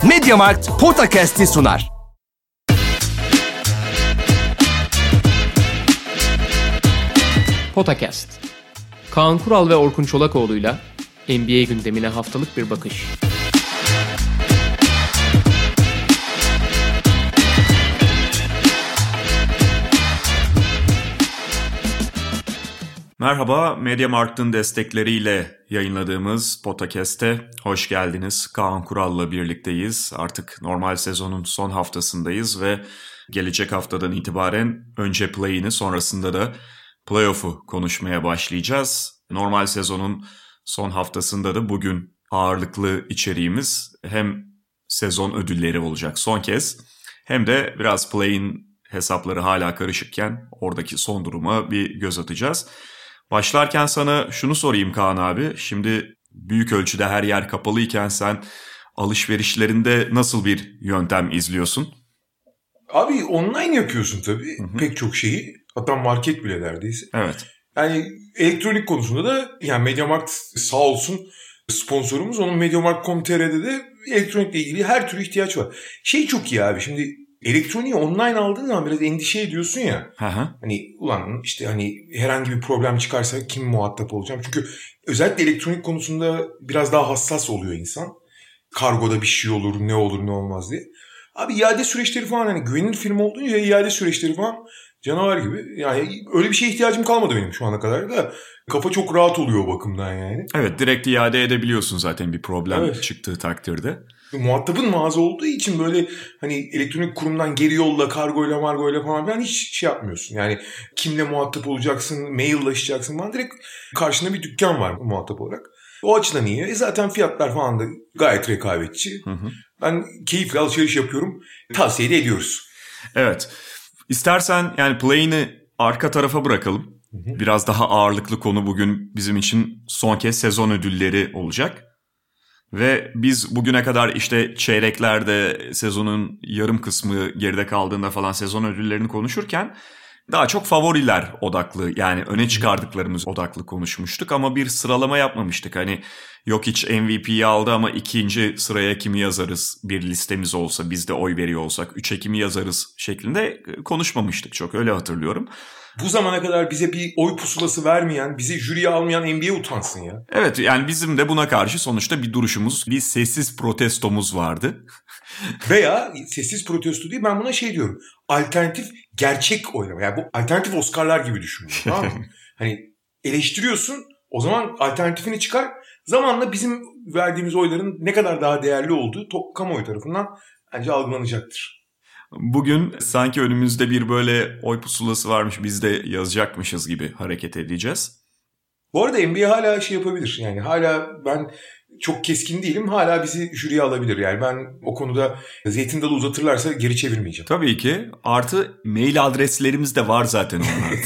Mediamarkt Podcast'i sunar. Podcast. Kaan Kural ve Orkun Çolakoğlu'yla NBA gündemine haftalık bir bakış. Merhaba, Mediamarkt'ın destekleriyle yayınladığımız Podcast'e hoş geldiniz. Kaan Kural'la birlikteyiz. Artık normal sezonun son haftasındayız ve gelecek haftadan itibaren önce play-in'i sonrasında da playoff'u konuşmaya başlayacağız. Normal sezonun son haftasında da bugün ağırlıklı içeriğimiz hem sezon ödülleri olacak son kez hem de biraz play-in hesapları hala karışıkken oradaki son duruma bir göz atacağız. Başlarken sana şunu sorayım Kaan abi. Şimdi büyük ölçüde her yer kapalıyken sen alışverişlerinde nasıl bir yöntem izliyorsun? Abi online yapıyorsun tabii pek çok şeyi. Hatta market bile neredeyse. Evet. Yani elektronik konusunda da yani Mediamarkt sağ olsun sponsorumuz. Onun Mediamarkt.com.tr'de de elektronikle ilgili her türlü ihtiyaç var. Şey çok iyi abi, şimdi elektroniği online aldığın zaman biraz endişe ediyorsun ya. Hani ulan işte hani herhangi bir problem çıkarsa kim muhatap olacağım? Çünkü özellikle elektronik konusunda biraz daha hassas oluyor insan. Kargoda bir şey olur, ne olur ne olmaz diye. Abi iade süreçleri falan, hani güvenilir firma olduğunca iade süreçleri falan canavar gibi. Yani öyle bir şeye ihtiyacım kalmadı benim şu ana kadar da. Kafa çok rahat oluyor o bakımdan yani. Evet, direkt iade edebiliyorsun zaten bir problem çıktığı takdirde. Muhatabın mağaza olduğu için böyle hani elektronik kurumdan geri yolla, kargoyla margoyla falan filan hiç şey yapmıyorsun. Yani kimle muhatap olacaksın, maillaşacaksın falan, direkt karşında bir dükkan var muhatap olarak. O açıdan iyi. Zaten fiyatlar falan da gayet rekabetçi. Ben keyifle alışveriş yapıyorum. Tavsiye de ediyoruz. Evet. İstersen yani play-in'i arka tarafa bırakalım. Biraz daha ağırlıklı konu bugün bizim için son kez sezon ödülleri olacak. Ve biz bugüne kadar işte çeyreklerde, sezonun yarım kısmı geride kaldığında falan sezon ödüllerini konuşurken daha çok favoriler odaklı, yani öne çıkardıklarımız odaklı konuşmuştuk ama bir sıralama yapmamıştık. Hani Jokic MVP'yi aldı ama ikinci sıraya kimi yazarız, bir listemiz olsa, biz de oy veriyor olsak 3'e kimi yazarız şeklinde konuşmamıştık çok, öyle hatırlıyorum. Bu zamana kadar bize bir oy pusulası vermeyen, bizi jüriye almayan NBA utansın ya. Evet, yani bizim de buna karşı sonuçta bir duruşumuz, bir sessiz protestomuz vardı. Veya sessiz protesto değil, ben buna şey diyorum. Alternatif gerçek oylama. Yani bu alternatif Oscar'lar gibi düşün. Tamam mı? Hani eleştiriyorsun, o zaman alternatifini çıkar. Zamanla bizim verdiğimiz oyların ne kadar daha değerli olduğu kamuoyu tarafından bence algılanacaktır. Bugün sanki önümüzde bir böyle oy pusulası varmış, biz de yazacakmışız gibi hareket edeceğiz. Bu arada NBA hala şey yapabilir. Yani hala ben çok keskin değilim. Hala bizi jüriye alabilir. Yani ben o konuda zeytin dalı uzatırlarsa geri çevirmeyeceğim. Tabii ki. Artı mail adreslerimiz de var zaten onlarda.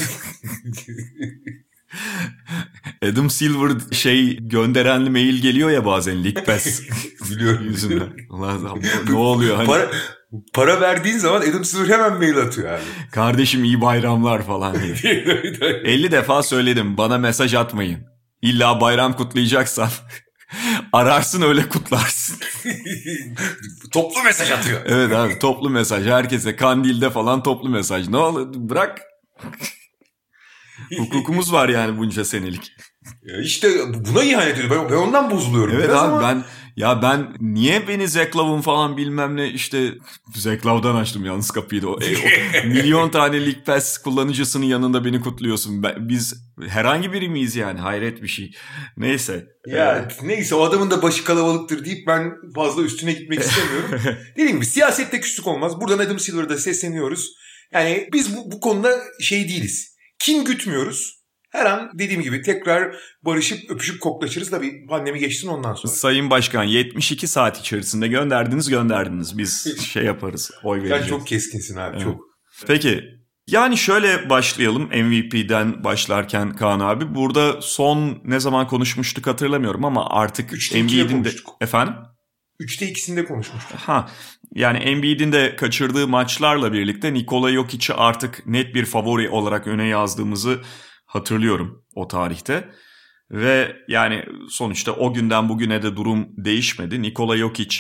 Adam Silver gönderenli mail geliyor ya bazen League Pass. Biliyorum. Yüzünden. Ulan, ne oluyor hani? Para verdiğin zaman Adam Silver hemen mail atıyor abi. Kardeşim iyi bayramlar falan diye. 50 defa söyledim, bana mesaj atmayın. İlla bayram kutlayacaksan ararsın, öyle kutlarsın. Toplu mesaj atıyor. Evet abi, toplu mesaj herkese, Kandil'de falan toplu mesaj. Ne olur bırak. Hukukumuz var yani bunca senelik. İşte buna ihanet ediyor. Ben ondan bozuluyorum. Evet abi, ama... ben niye beni Zach Love'ın falan bilmem ne, işte Zach Love'dan açtım yalnız kapıyı da. O milyon tane League Pass kullanıcısının yanında beni kutluyorsun. Biz herhangi biri miyiz yani? Hayret bir şey. Neyse. Ya neyse, o adamın da başı kalabalıktır deyip ben fazla üstüne gitmek istemiyorum. Dediğim gibi siyasette küslük olmaz. Buradan Adam Silver'da sesleniyoruz. Yani biz bu konuda şey değiliz. Kin gütmüyoruz. Her an dediğim gibi tekrar barışıp öpüşüp koklaşırız. Tabii pandemi geçsin ondan sonra. Sayın Başkan, 72 saat içerisinde gönderdiniz. Biz şey yaparız, oy vereceğiz. Sen çok keskinsin abi, evet. Çok. Peki, yani şöyle başlayalım MVP'den başlarken Kaan abi. Burada son ne zaman konuşmuştuk hatırlamıyorum ama artık Embiid'in de... Efendim? 3'te 2'sinde konuşmuştuk. Yani Embiid'in de kaçırdığı maçlarla birlikte Nikola Jokic'i artık net bir favori olarak öne yazdığımızı hatırlıyorum o tarihte. Ve yani sonuçta o günden bugüne de durum değişmedi. Nikola Jokic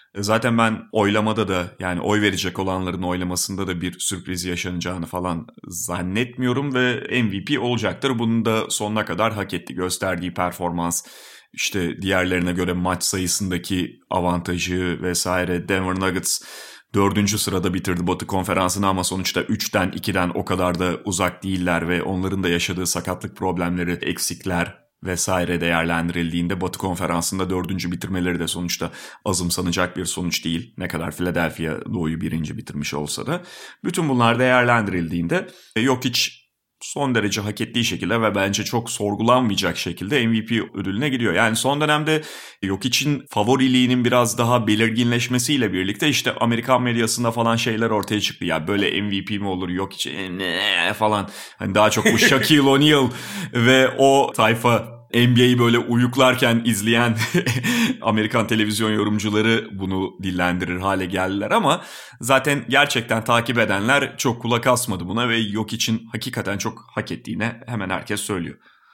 Zaten ben oylamada da, yani oy verecek olanların oylamasında da bir sürpriz yaşanacağını falan zannetmiyorum ve MVP olacaktır. Bunu da sonuna kadar hak etti. Gösterdiği performans, işte diğerlerine göre maç sayısındaki avantajı vesaire. Denver Nuggets 4. sırada bitirdi Batı Konferansı'nı ama sonuçta 3'ten 2'den o kadar da uzak değiller ve onların da yaşadığı sakatlık problemleri, eksikler vesaire değerlendirildiğinde Batı Konferansı'nda 4. bitirmeleri de sonuçta azımsanacak bir sonuç değil. Ne kadar Philadelphia Doğu'yu 1. bitirmiş olsa da. Bütün bunlar değerlendirildiğinde Jokic son derece hak ettiği şekilde ve bence çok sorgulanmayacak şekilde MVP ödülüne gidiyor. Yani son dönemde Jokic'in favoriliğinin biraz daha belirginleşmesiyle birlikte işte Amerikan medyasında falan şeyler ortaya çıktı. Ya böyle MVP mi olur Jokic falan. Hani daha çok bu Shaquille O'Neal ve o tayfa, NBA'yi böyle uyuklarken izleyen Amerikan televizyon yorumcuları bunu dillendirir hale geldiler ama zaten gerçekten takip edenler çok kulak asmadı buna ve Jokic'in hakikaten çok hak ettiğine hemen herkes söylüyor.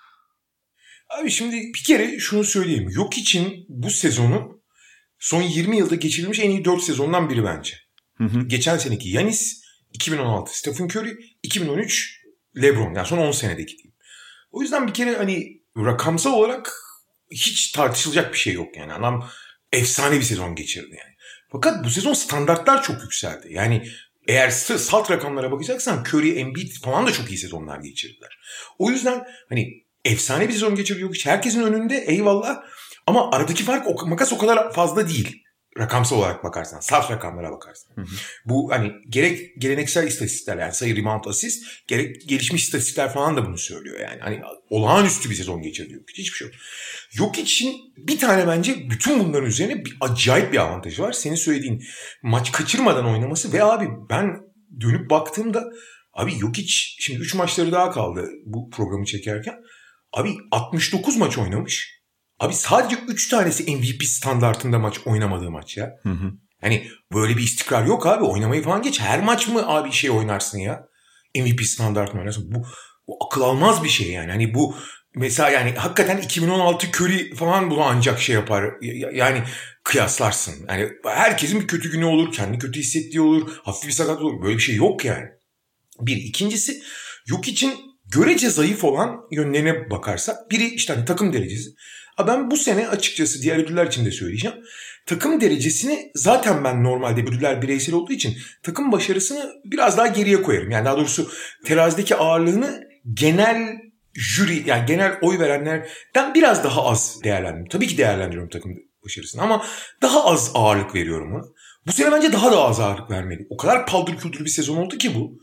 Abi şimdi bir kere şunu söyleyeyim. Jokic'in bu sezonu son 20 yılda geçirilmiş en iyi 4 sezondan biri bence. Geçen seneki Giannis, 2016 Stephen Curry, 2013 LeBron. Yani son 10 senedeki diyeyim. O yüzden bir kere hani rakamsal olarak hiç tartışılacak bir şey yok yani. Adam efsane bir sezon geçirdi yani. Fakat bu sezon standartlar çok yükseldi. Yani eğer salt rakamlara bakacaksan Curry, Embiid falan da çok iyi sezonlar geçirdiler. O yüzden hani efsane bir sezon geçiriyor. Herkesin önünde eyvallah ama aradaki fark makas o kadar fazla değil. Rakamsal olarak bakarsan, saf rakamlara bakarsan. Bu hani gerek geleneksel istatistikler yani sayı, rebound, asist, gerek gelişmiş istatistikler falan da bunu söylüyor yani. Hani olağanüstü bir sezon geçirdi Jokic. Hiçbir şey yok. Jokic'in bir tane bence bütün bunların üzerine acayip bir avantajı var. Senin söylediğin maç kaçırmadan oynaması ve abi ben dönüp baktığımda abi Jokic şimdi 3 maçları daha kaldı bu programı çekerken. Abi 69 maç oynamış. Abi sadece 3 tanesi MVP standartında maç oynamadığı maç ya. Hani böyle bir istikrar yok abi. Oynamayı falan geç. Her maç mı abi şey oynarsın ya? MVP standartında oynarsın. Bu akıl almaz bir şey yani. Hani bu mesela yani hakikaten 2016 Curry falan bunu ancak şey yapar. Yani kıyaslarsın. Yani herkesin bir kötü günü olur. Kendini kötü hissettiği olur. Hafif bir sakat olur. Böyle bir şey yok yani. Bir. İkincisi Jokic'in görece zayıf olan yönlerine bakarsak. Biri işte hani takım derecesi. Ben bu sene açıkçası diğer ödüller için de söyleyeceğim. Takım derecesini zaten ben normalde ödüller bireysel olduğu için takım başarısını biraz daha geriye koyarım. Yani daha doğrusu terazideki ağırlığını genel jüri yani genel oy verenlerden biraz daha az değerlendiriyorum. Tabii ki değerlendiriyorum takım başarısını ama daha az ağırlık veriyorum ona. Bu sene bence daha da az ağırlık vermeli. O kadar paldır küldür bir sezon oldu ki bu.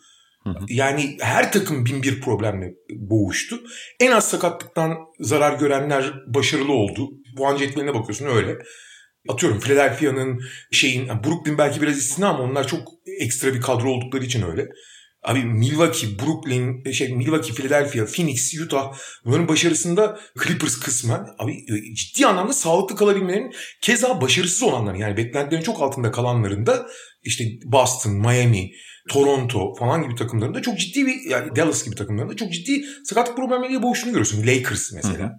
Yani her takım bin bir problemle boğuştu. En az sakatlıktan zarar görenler başarılı oldu. Puan cetveline bakıyorsun öyle. Atıyorum Philadelphia'nın Brooklyn belki biraz istisna ama onlar çok ekstra bir kadro oldukları için öyle. Abi Milwaukee, Brooklyn, Milwaukee, Philadelphia, Phoenix, Utah bunların başarısında Clippers kısmen abi ciddi anlamda sağlıklı kalabilmelerinin keza başarısız olanların yani beklentilerin çok altında kalanların da işte Boston, Miami, Toronto falan gibi takımlarında çok ciddi bir yani Dallas gibi takımlarında çok ciddi sakatlık problemleriyle boğuştuğunu görüyorsun. Lakers mesela.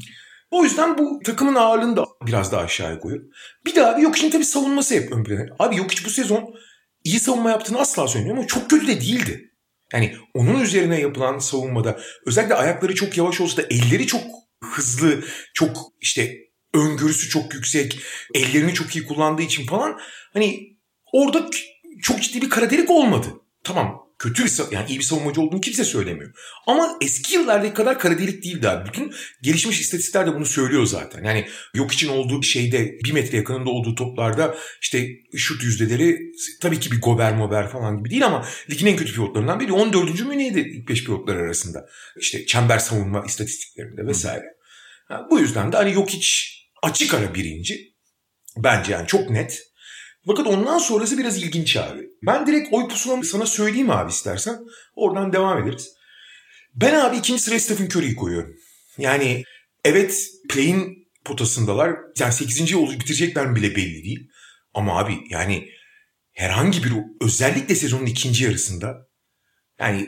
O yüzden bu takımın ağırlığını da biraz daha aşağıya koyuyor. Bir de abi Jokic'in tabii savunması hep ön plana. Abi Jokic bu sezon iyi savunma yaptığını asla söylemiyorum ama çok kötü de değildi. Yani onun üzerine yapılan savunmada özellikle ayakları çok yavaş olsa da elleri çok hızlı, çok işte öngörüsü çok yüksek, ellerini çok iyi kullandığı için falan hani orada çok ciddi bir kara delik olmadı. Tamam kötü yani iyi bir savunmacı olduğunu kimse söylemiyor. Ama eski yıllardaki kadar kara delik değildi abi. Bütün gelişmiş istatistikler de bunu söylüyor zaten. Yani yok için olduğu şeyde 1 metre yakınında olduğu toplarda işte şut yüzdeleri tabii ki bir Gober falan gibi değil ama ligin en kötü pivotlarından biri. 14. mü neydi ilk 5 pivotlar arasında? İşte çember savunma istatistiklerinde vesaire. Bu yüzden de hani Jokic açık ara birinci. Bence yani çok net. Fakat ondan sonrası biraz ilginç abi. Ben direkt oy pusulamı sana söyleyeyim abi istersen. Oradan devam ederiz. Ben abi 2. sıraya Stephen Curry'yi koyuyorum. Yani evet play-in potasındalar. Yani 8. yolu bitirecekler mi bile belli değil. Ama abi yani herhangi bir özellikle sezonun ikinci yarısında yani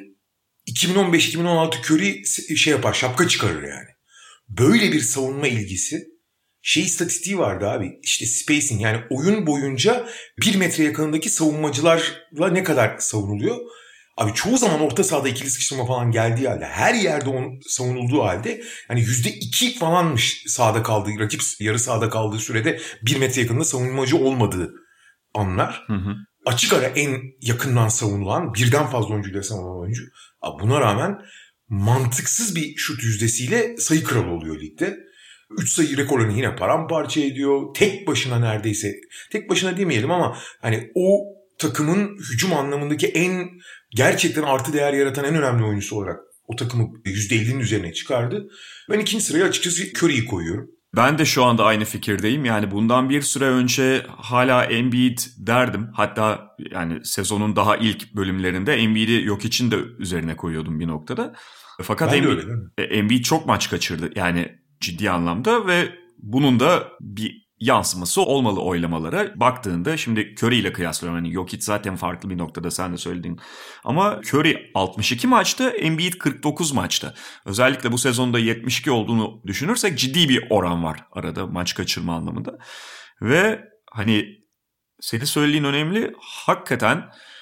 2015-2016 Curry şapka çıkarır yani. Böyle bir savunma ilgisi istatistiği vardı abi. İşte spacing, yani oyun boyunca 1 metre yakınındaki savunmacılarla ne kadar savunuluyor? Abi çoğu zaman orta sahada ikili sıkıştırma falan geldiği halde, her yerde onun savunulduğu halde yani %2 falanmış sahada kaldığı, rakip yarı sahada kaldığı sürede 1 metre yakınında savunmacı olmadığı anlar. Hı hı. Açık ara en yakından savunulan, birden fazla oyuncuyla savunulan oyuncu. Abi buna rağmen mantıksız bir şut yüzdesiyle sayı kralı oluyor ligde. 3 sayı rekorunu yine paramparça ediyor. Tek başına neredeyse, tek başına demeyelim ama hani o takımın hücum anlamındaki en gerçekten artı değer yaratan en önemli oyuncusu olarak o takımı %50'nin üzerine çıkardı. Ben ikinci sıraya açıkçası Curry'i koyuyorum. Ben de şu anda aynı fikirdeyim. Yani bundan bir süre önce hala Embiid derdim. Hatta yani sezonun daha ilk bölümlerinde Embiid'i Jokic'in de üzerine koyuyordum bir noktada. Fakat Embiid çok maç kaçırdı. Yani ciddi anlamda ve bunun da bir yansıması olmalı oylamalara. Baktığında şimdi Curry ile kıyaslıyorum. Yani Jokic zaten farklı bir noktada, sen de söyledin. Ama Curry 62 maçta, Embiid 49 maçta. Özellikle bu sezonda 72 olduğunu düşünürsek ciddi bir oran var arada maç kaçırma anlamında. Ve hani senin söylediğin önemli. Hakikaten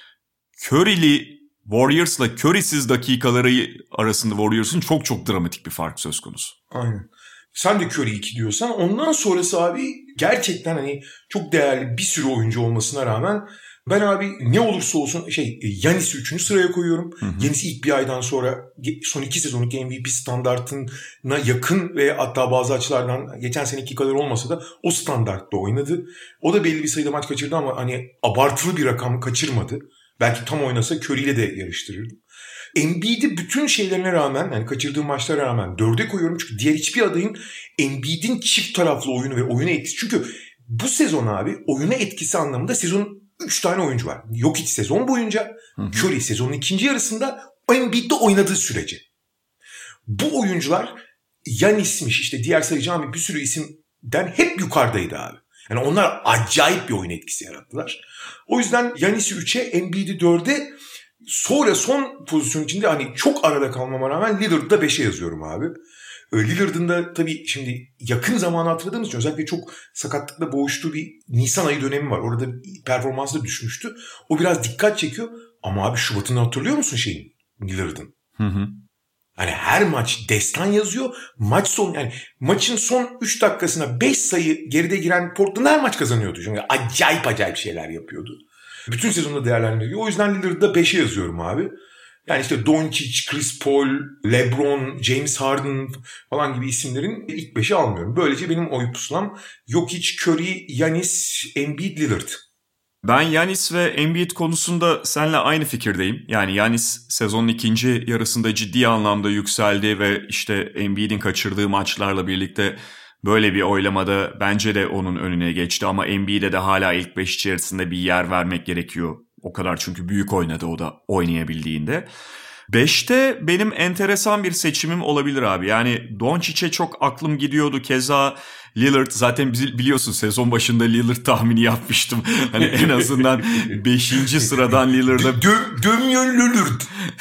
Curry'li Warriors'la Curry'siz dakikaları arasında Warriors'ın çok çok dramatik bir fark söz konusu. Aynen. Sen de Curry 2 diyorsan, ondan sonrası abi gerçekten hani çok değerli bir sürü oyuncu olmasına rağmen ben abi ne olursa olsun Giannis'i 3. sıraya koyuyorum. Giannis ilk bir aydan sonra son 2 sezonluk MVP standartına yakın ve hatta bazı açılardan geçen seneki kadar olmasa da o standartta oynadı. O da belli bir sayıda maç kaçırdı ama hani abartılı bir rakam kaçırmadı. Belki tam oynasa Curry ile de yarıştırırdı. Embiid'i bütün şeylerine rağmen, yani kaçırdığı maçlara rağmen 4'e koyuyorum. Çünkü diğer hiçbir adayın Embiid'in çift taraflı oyunu ve oyuna etkisi. Çünkü bu sezon abi oyuna etkisi anlamında sezonun 3 tane oyuncu var. Jokic sezon boyunca, Curry sezonun ikinci yarısında, Embiid'de oynadığı sürece. Bu oyuncular Giannis'miş, işte diğer sayacağım bir sürü isimden hep yukarıdaydı abi. Yani onlar acayip bir oyun etkisi yarattılar. O yüzden Giannis'i 3'e, Embiid'i 4'e, sonra son pozisyon içinde hani çok arada kalmama rağmen Lillard'ı da 5'e yazıyorum abi. Lillard'ın da tabii şimdi yakın zamanı hatırladığımız için özellikle çok sakatlıkla boğuştuğu bir Nisan ayı dönemi var. Orada performansı da düşmüştü. O biraz dikkat çekiyor. Ama abi Şubat'ını hatırlıyor musun Lillard'ın? Hani her maç destan yazıyor. Maç sonu, yani maçın son 3 dakikasına 5 sayı geride giren Portland her maç kazanıyordu. Çünkü acayip şeyler yapıyordu. Bütün sezonda değerlendiriyor. O yüzden Lillard'ı da 5'e yazıyorum abi. Yani işte Doncic, Chris Paul, LeBron, James Harden falan gibi isimlerin ilk 5'e almıyorum. Böylece benim oy pusulam Jokic, Curry, Giannis, Embiid, Lillard. Ben Giannis ve Embiid konusunda seninle aynı fikirdeyim. Yani Giannis sezonun ikinci yarısında ciddi anlamda yükseldi ve işte Embiid'in kaçırdığı maçlarla birlikte böyle bir oylamada bence de onun önüne geçti. Ama Embiid'e de hala ilk 5 içerisinde bir yer vermek gerekiyor. O kadar çünkü büyük oynadı o da oynayabildiğinde. 5'te benim enteresan bir seçimim olabilir abi. Yani Doncic'e çok aklım gidiyordu. Keza Lillard, zaten biliyorsun sezon başında Lillard tahmini yapmıştım. Hani en azından 5. sıradan Lillard'a... Dönüyor Lillard.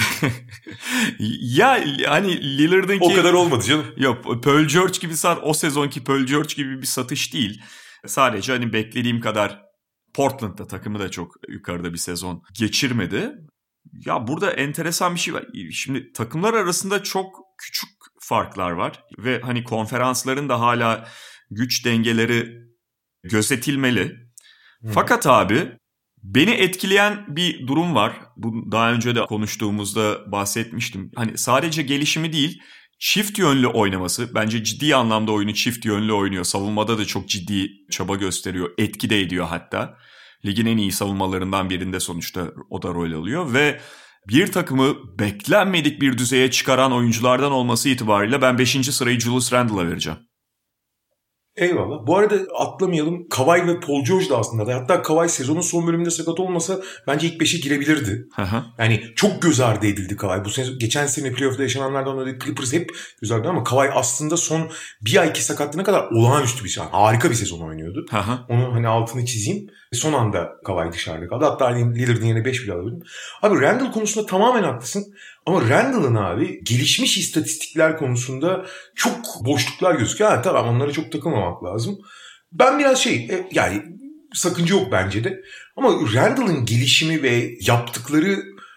Ya hani Lillard'ınki... O kadar olmadı canım. Yok, Paul George gibi o sezonki Paul George gibi bir satış değil. Sadece hani beklediğim kadar Portland'da takımı da çok yukarıda bir sezon geçirmedi. Ya burada enteresan bir şey var. Şimdi takımlar arasında çok küçük farklar var ve hani konferansların da hala güç dengeleri gözetilmeli. Fakat abi beni etkileyen bir durum var. Bu daha önce de konuştuğumuzda bahsetmiştim. Hani sadece gelişimi değil, çift yönlü oynaması. Bence ciddi anlamda oyunu çift yönlü oynuyor. Savunmada da çok ciddi çaba gösteriyor. Etki de ediyor hatta. Ligin en iyi savunmalarından birinde sonuçta o da rol alıyor ve bir takımı beklenmedik bir düzeye çıkaran oyunculardan olması itibariyle ben 5. sırayı Julius Randle'a vereceğim. Eyvallah. Bu arada atlamayalım. Kawhi ve Paul George da aslında. Hatta Kawhi sezonun son bölümünde sakat olmasa bence ilk 5'e girebilirdi. Yani çok göz ardı edildi Kawhi. Bu sezon, geçen sene playoff'da yaşananlardan dolayı Clippers hep göz ardı ama Kawhi aslında son bir ayki sakatlığına kadar olağanüstü bir sezon. Harika bir sezon oynuyordu. Onun hani altını çizeyim. Son anda Kawhi dışarıda kaldı. Hatta Lillard'ın yerine 5 bile alabilirim. Abi Randle konusunda tamamen haklısın. Ama Randall'ın abi gelişmiş istatistikler konusunda çok boşluklar gözüküyor. Ha, tamam, onlara çok takılmamak lazım. Ben biraz yani sakınca yok bence de. Ama Randall'ın gelişimi ve yaptıkları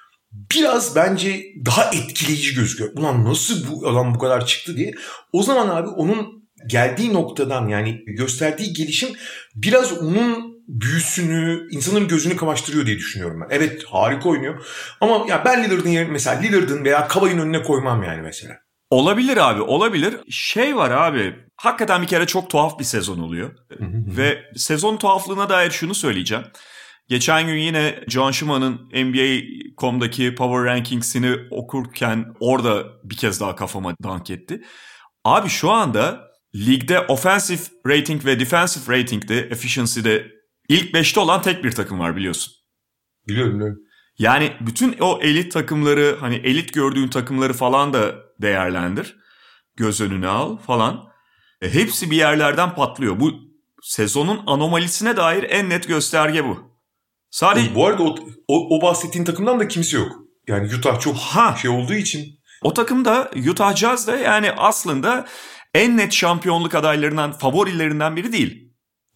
biraz bence daha etkileyici gözüküyor. Ulan nasıl bu adam bu kadar çıktı diye. O zaman abi onun geldiği noktadan, yani gösterdiği gelişim biraz onun büyüsünü, insanın gözünü kamaştırıyor diye düşünüyorum ben. Evet, harika oynuyor. Ama ya ben Lillard'ın yerine mesela Lillard'ın veya Kawhi'nin önüne koymam yani mesela. Olabilir abi, olabilir. Var abi, hakikaten bir kere çok tuhaf bir sezon oluyor. Ve sezon tuhaflığına dair şunu söyleyeceğim. Geçen gün yine John Schumann'ın NBA.com'daki Power Rankings'ini okurken orada bir kez daha kafama dank etti. Abi şu anda ligde offensive rating ve defensive rating'de, efficiency'de ilk 5'te olan tek bir takım var, biliyorsun. Biliyorum. Yani bütün o elit takımları, hani elit gördüğün takımları falan da değerlendir. Göz önüne al falan. Hepsi bir yerlerden patlıyor. Bu sezonun anomalisine dair en net gösterge bu. Sadece... Bu arada o bahsettiğin takımdan da kimse yok. Yani Utah çok olduğu için. O takım da Utah Jazz da yani aslında en net şampiyonluk adaylarından, favorilerinden biri değil.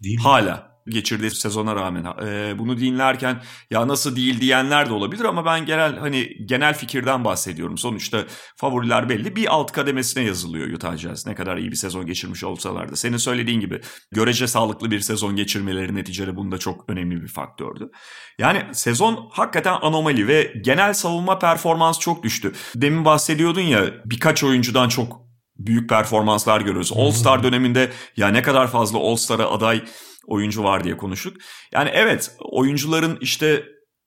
Hala. Geçirdiği sezona rağmen bunu dinlerken ya nasıl değil diyenler de olabilir ama ben genel fikirden bahsediyorum. Sonuçta favoriler belli. Bir alt kademesine yazılıyor Utah Jazz. Ne kadar iyi bir sezon geçirmiş olsalar da. Senin söylediğin gibi görece sağlıklı bir sezon geçirmeleri neticede bunda çok önemli bir faktördü. Yani sezon hakikaten anomali ve genel savunma performans çok düştü. Demin bahsediyordun ya, birkaç oyuncudan çok büyük performanslar görüyoruz. All-Star döneminde ya ne kadar fazla All-Star'a aday oyuncu var diye konuştuk. Yani evet, oyuncuların işte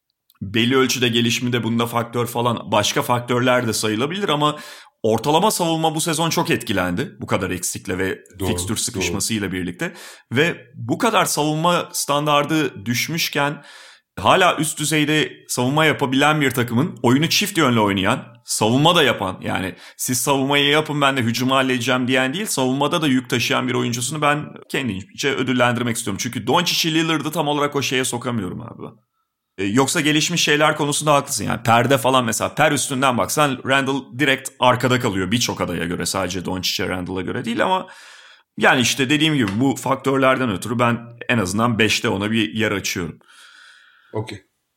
belli ölçüde gelişimi de bunda faktör falan, başka faktörler de sayılabilir ama ortalama savunma bu sezon çok etkilendi. Bu kadar eksikle ve fikstür sıkışmasıyla birlikte. Ve bu kadar savunma standardı düşmüşken hala üst düzeyde savunma yapabilen bir takımın, oyunu çift yönlü oynayan, savunma da yapan, yani siz savunmayı yapın ben de hücumu halledeceğim diyen değil, savunmada da yük taşıyan bir oyuncusunu ben kendince ödüllendirmek istiyorum. Çünkü Doncic'i, Lillard'ı tam olarak o şeye sokamıyorum abi. Yoksa gelişmiş şeyler konusunda haklısın. Yani perde falan, mesela per üstünden baksan Randall direkt arkada kalıyor birçok adaya göre, sadece Doncic'e, Randall'a göre değil ama yani işte dediğim gibi bu faktörlerden ötürü ben en azından 5'te ona bir yer açıyorum. Okey.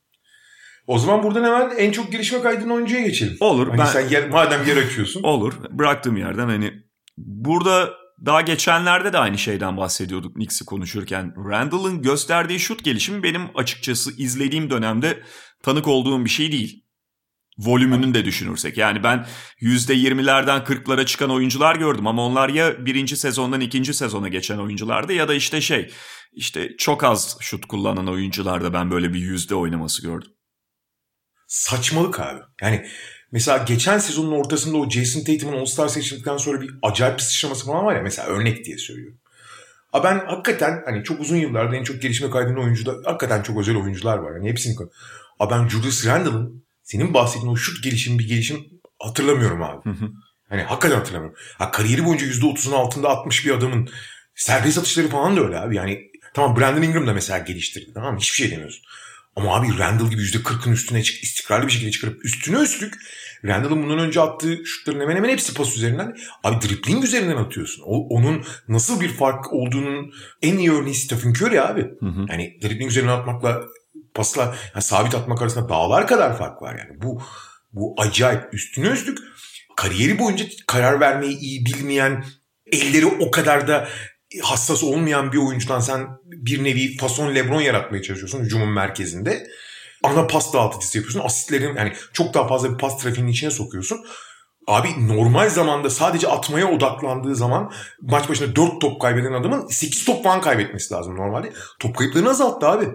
O zaman buradan hemen en çok gelişme kaydının oyuncuya geçelim. Olur. Sen madem yer açıyorsun. Olur. Bıraktığım yerden burada daha geçenlerde de aynı şeyden bahsediyorduk Knicks'i konuşurken. Randall'ın gösterdiği şut gelişimi benim açıkçası izlediğim dönemde tanık olduğum bir şey değil. Volümünü de düşünürsek. Yani ben %20'lerden 40'lara çıkan oyuncular gördüm ama onlar ya birinci sezondan ikinci sezona geçen oyunculardı ya da işte çok az şut kullanan oyuncularda ben böyle bir yüzde oynaması gördüm. Saçmalık abi. Yani mesela geçen sezonun ortasında o Jason Tatum'un All-Star seçildikten sonra bir acayip bir sıçraması falan var ya, mesela örnek diye söylüyorum. Ben hakikaten çok uzun yıllarda en çok gelişme kaydının oyuncuda hakikaten çok özel oyuncular var. Yani hepsini. Ben Julius Randle'ın senin bahsettiğin o şut gelişimi, bir gelişim hatırlamıyorum abi. Hakikaten hatırlamıyorum. Kariyeri boyunca %30'un altında atmış bir adamın serbest atışları falan da öyle abi. Yani tamam, Brandon Ingram da mesela geliştirdi, tamam mı? Hiçbir şey demiyorsun. Ama abi Randall gibi %40'ın üstüne istikrarlı bir şekilde çıkarıp üstüne üstlük Randall'ın bundan önce attığı şutların hemen hemen hepsi pas üzerinden. Abi dribbling üzerinden atıyorsun. Onun nasıl bir fark olduğunun en iyi örneği Stephen Curry abi. Yani dribbling üzerinden atmakla pasla sabit atmak arasında dağlar kadar fark var yani. Bu acayip. Üstüne üstlük kariyeri boyunca karar vermeyi iyi bilmeyen, elleri o kadar da hassas olmayan bir oyuncudan sen bir nevi fason LeBron yaratmaya çalışıyorsun hücumun merkezinde. Ana pas dağıtıcısı yapıyorsun. Asistlerin çok daha fazla bir pas trafiğinin içine sokuyorsun. Abi normal zamanda sadece atmaya odaklandığı zaman maç başına 4 top kaybeden adamın 8 top falan kaybetmesi lazım normalde. Top kayıplarını azalttı abi.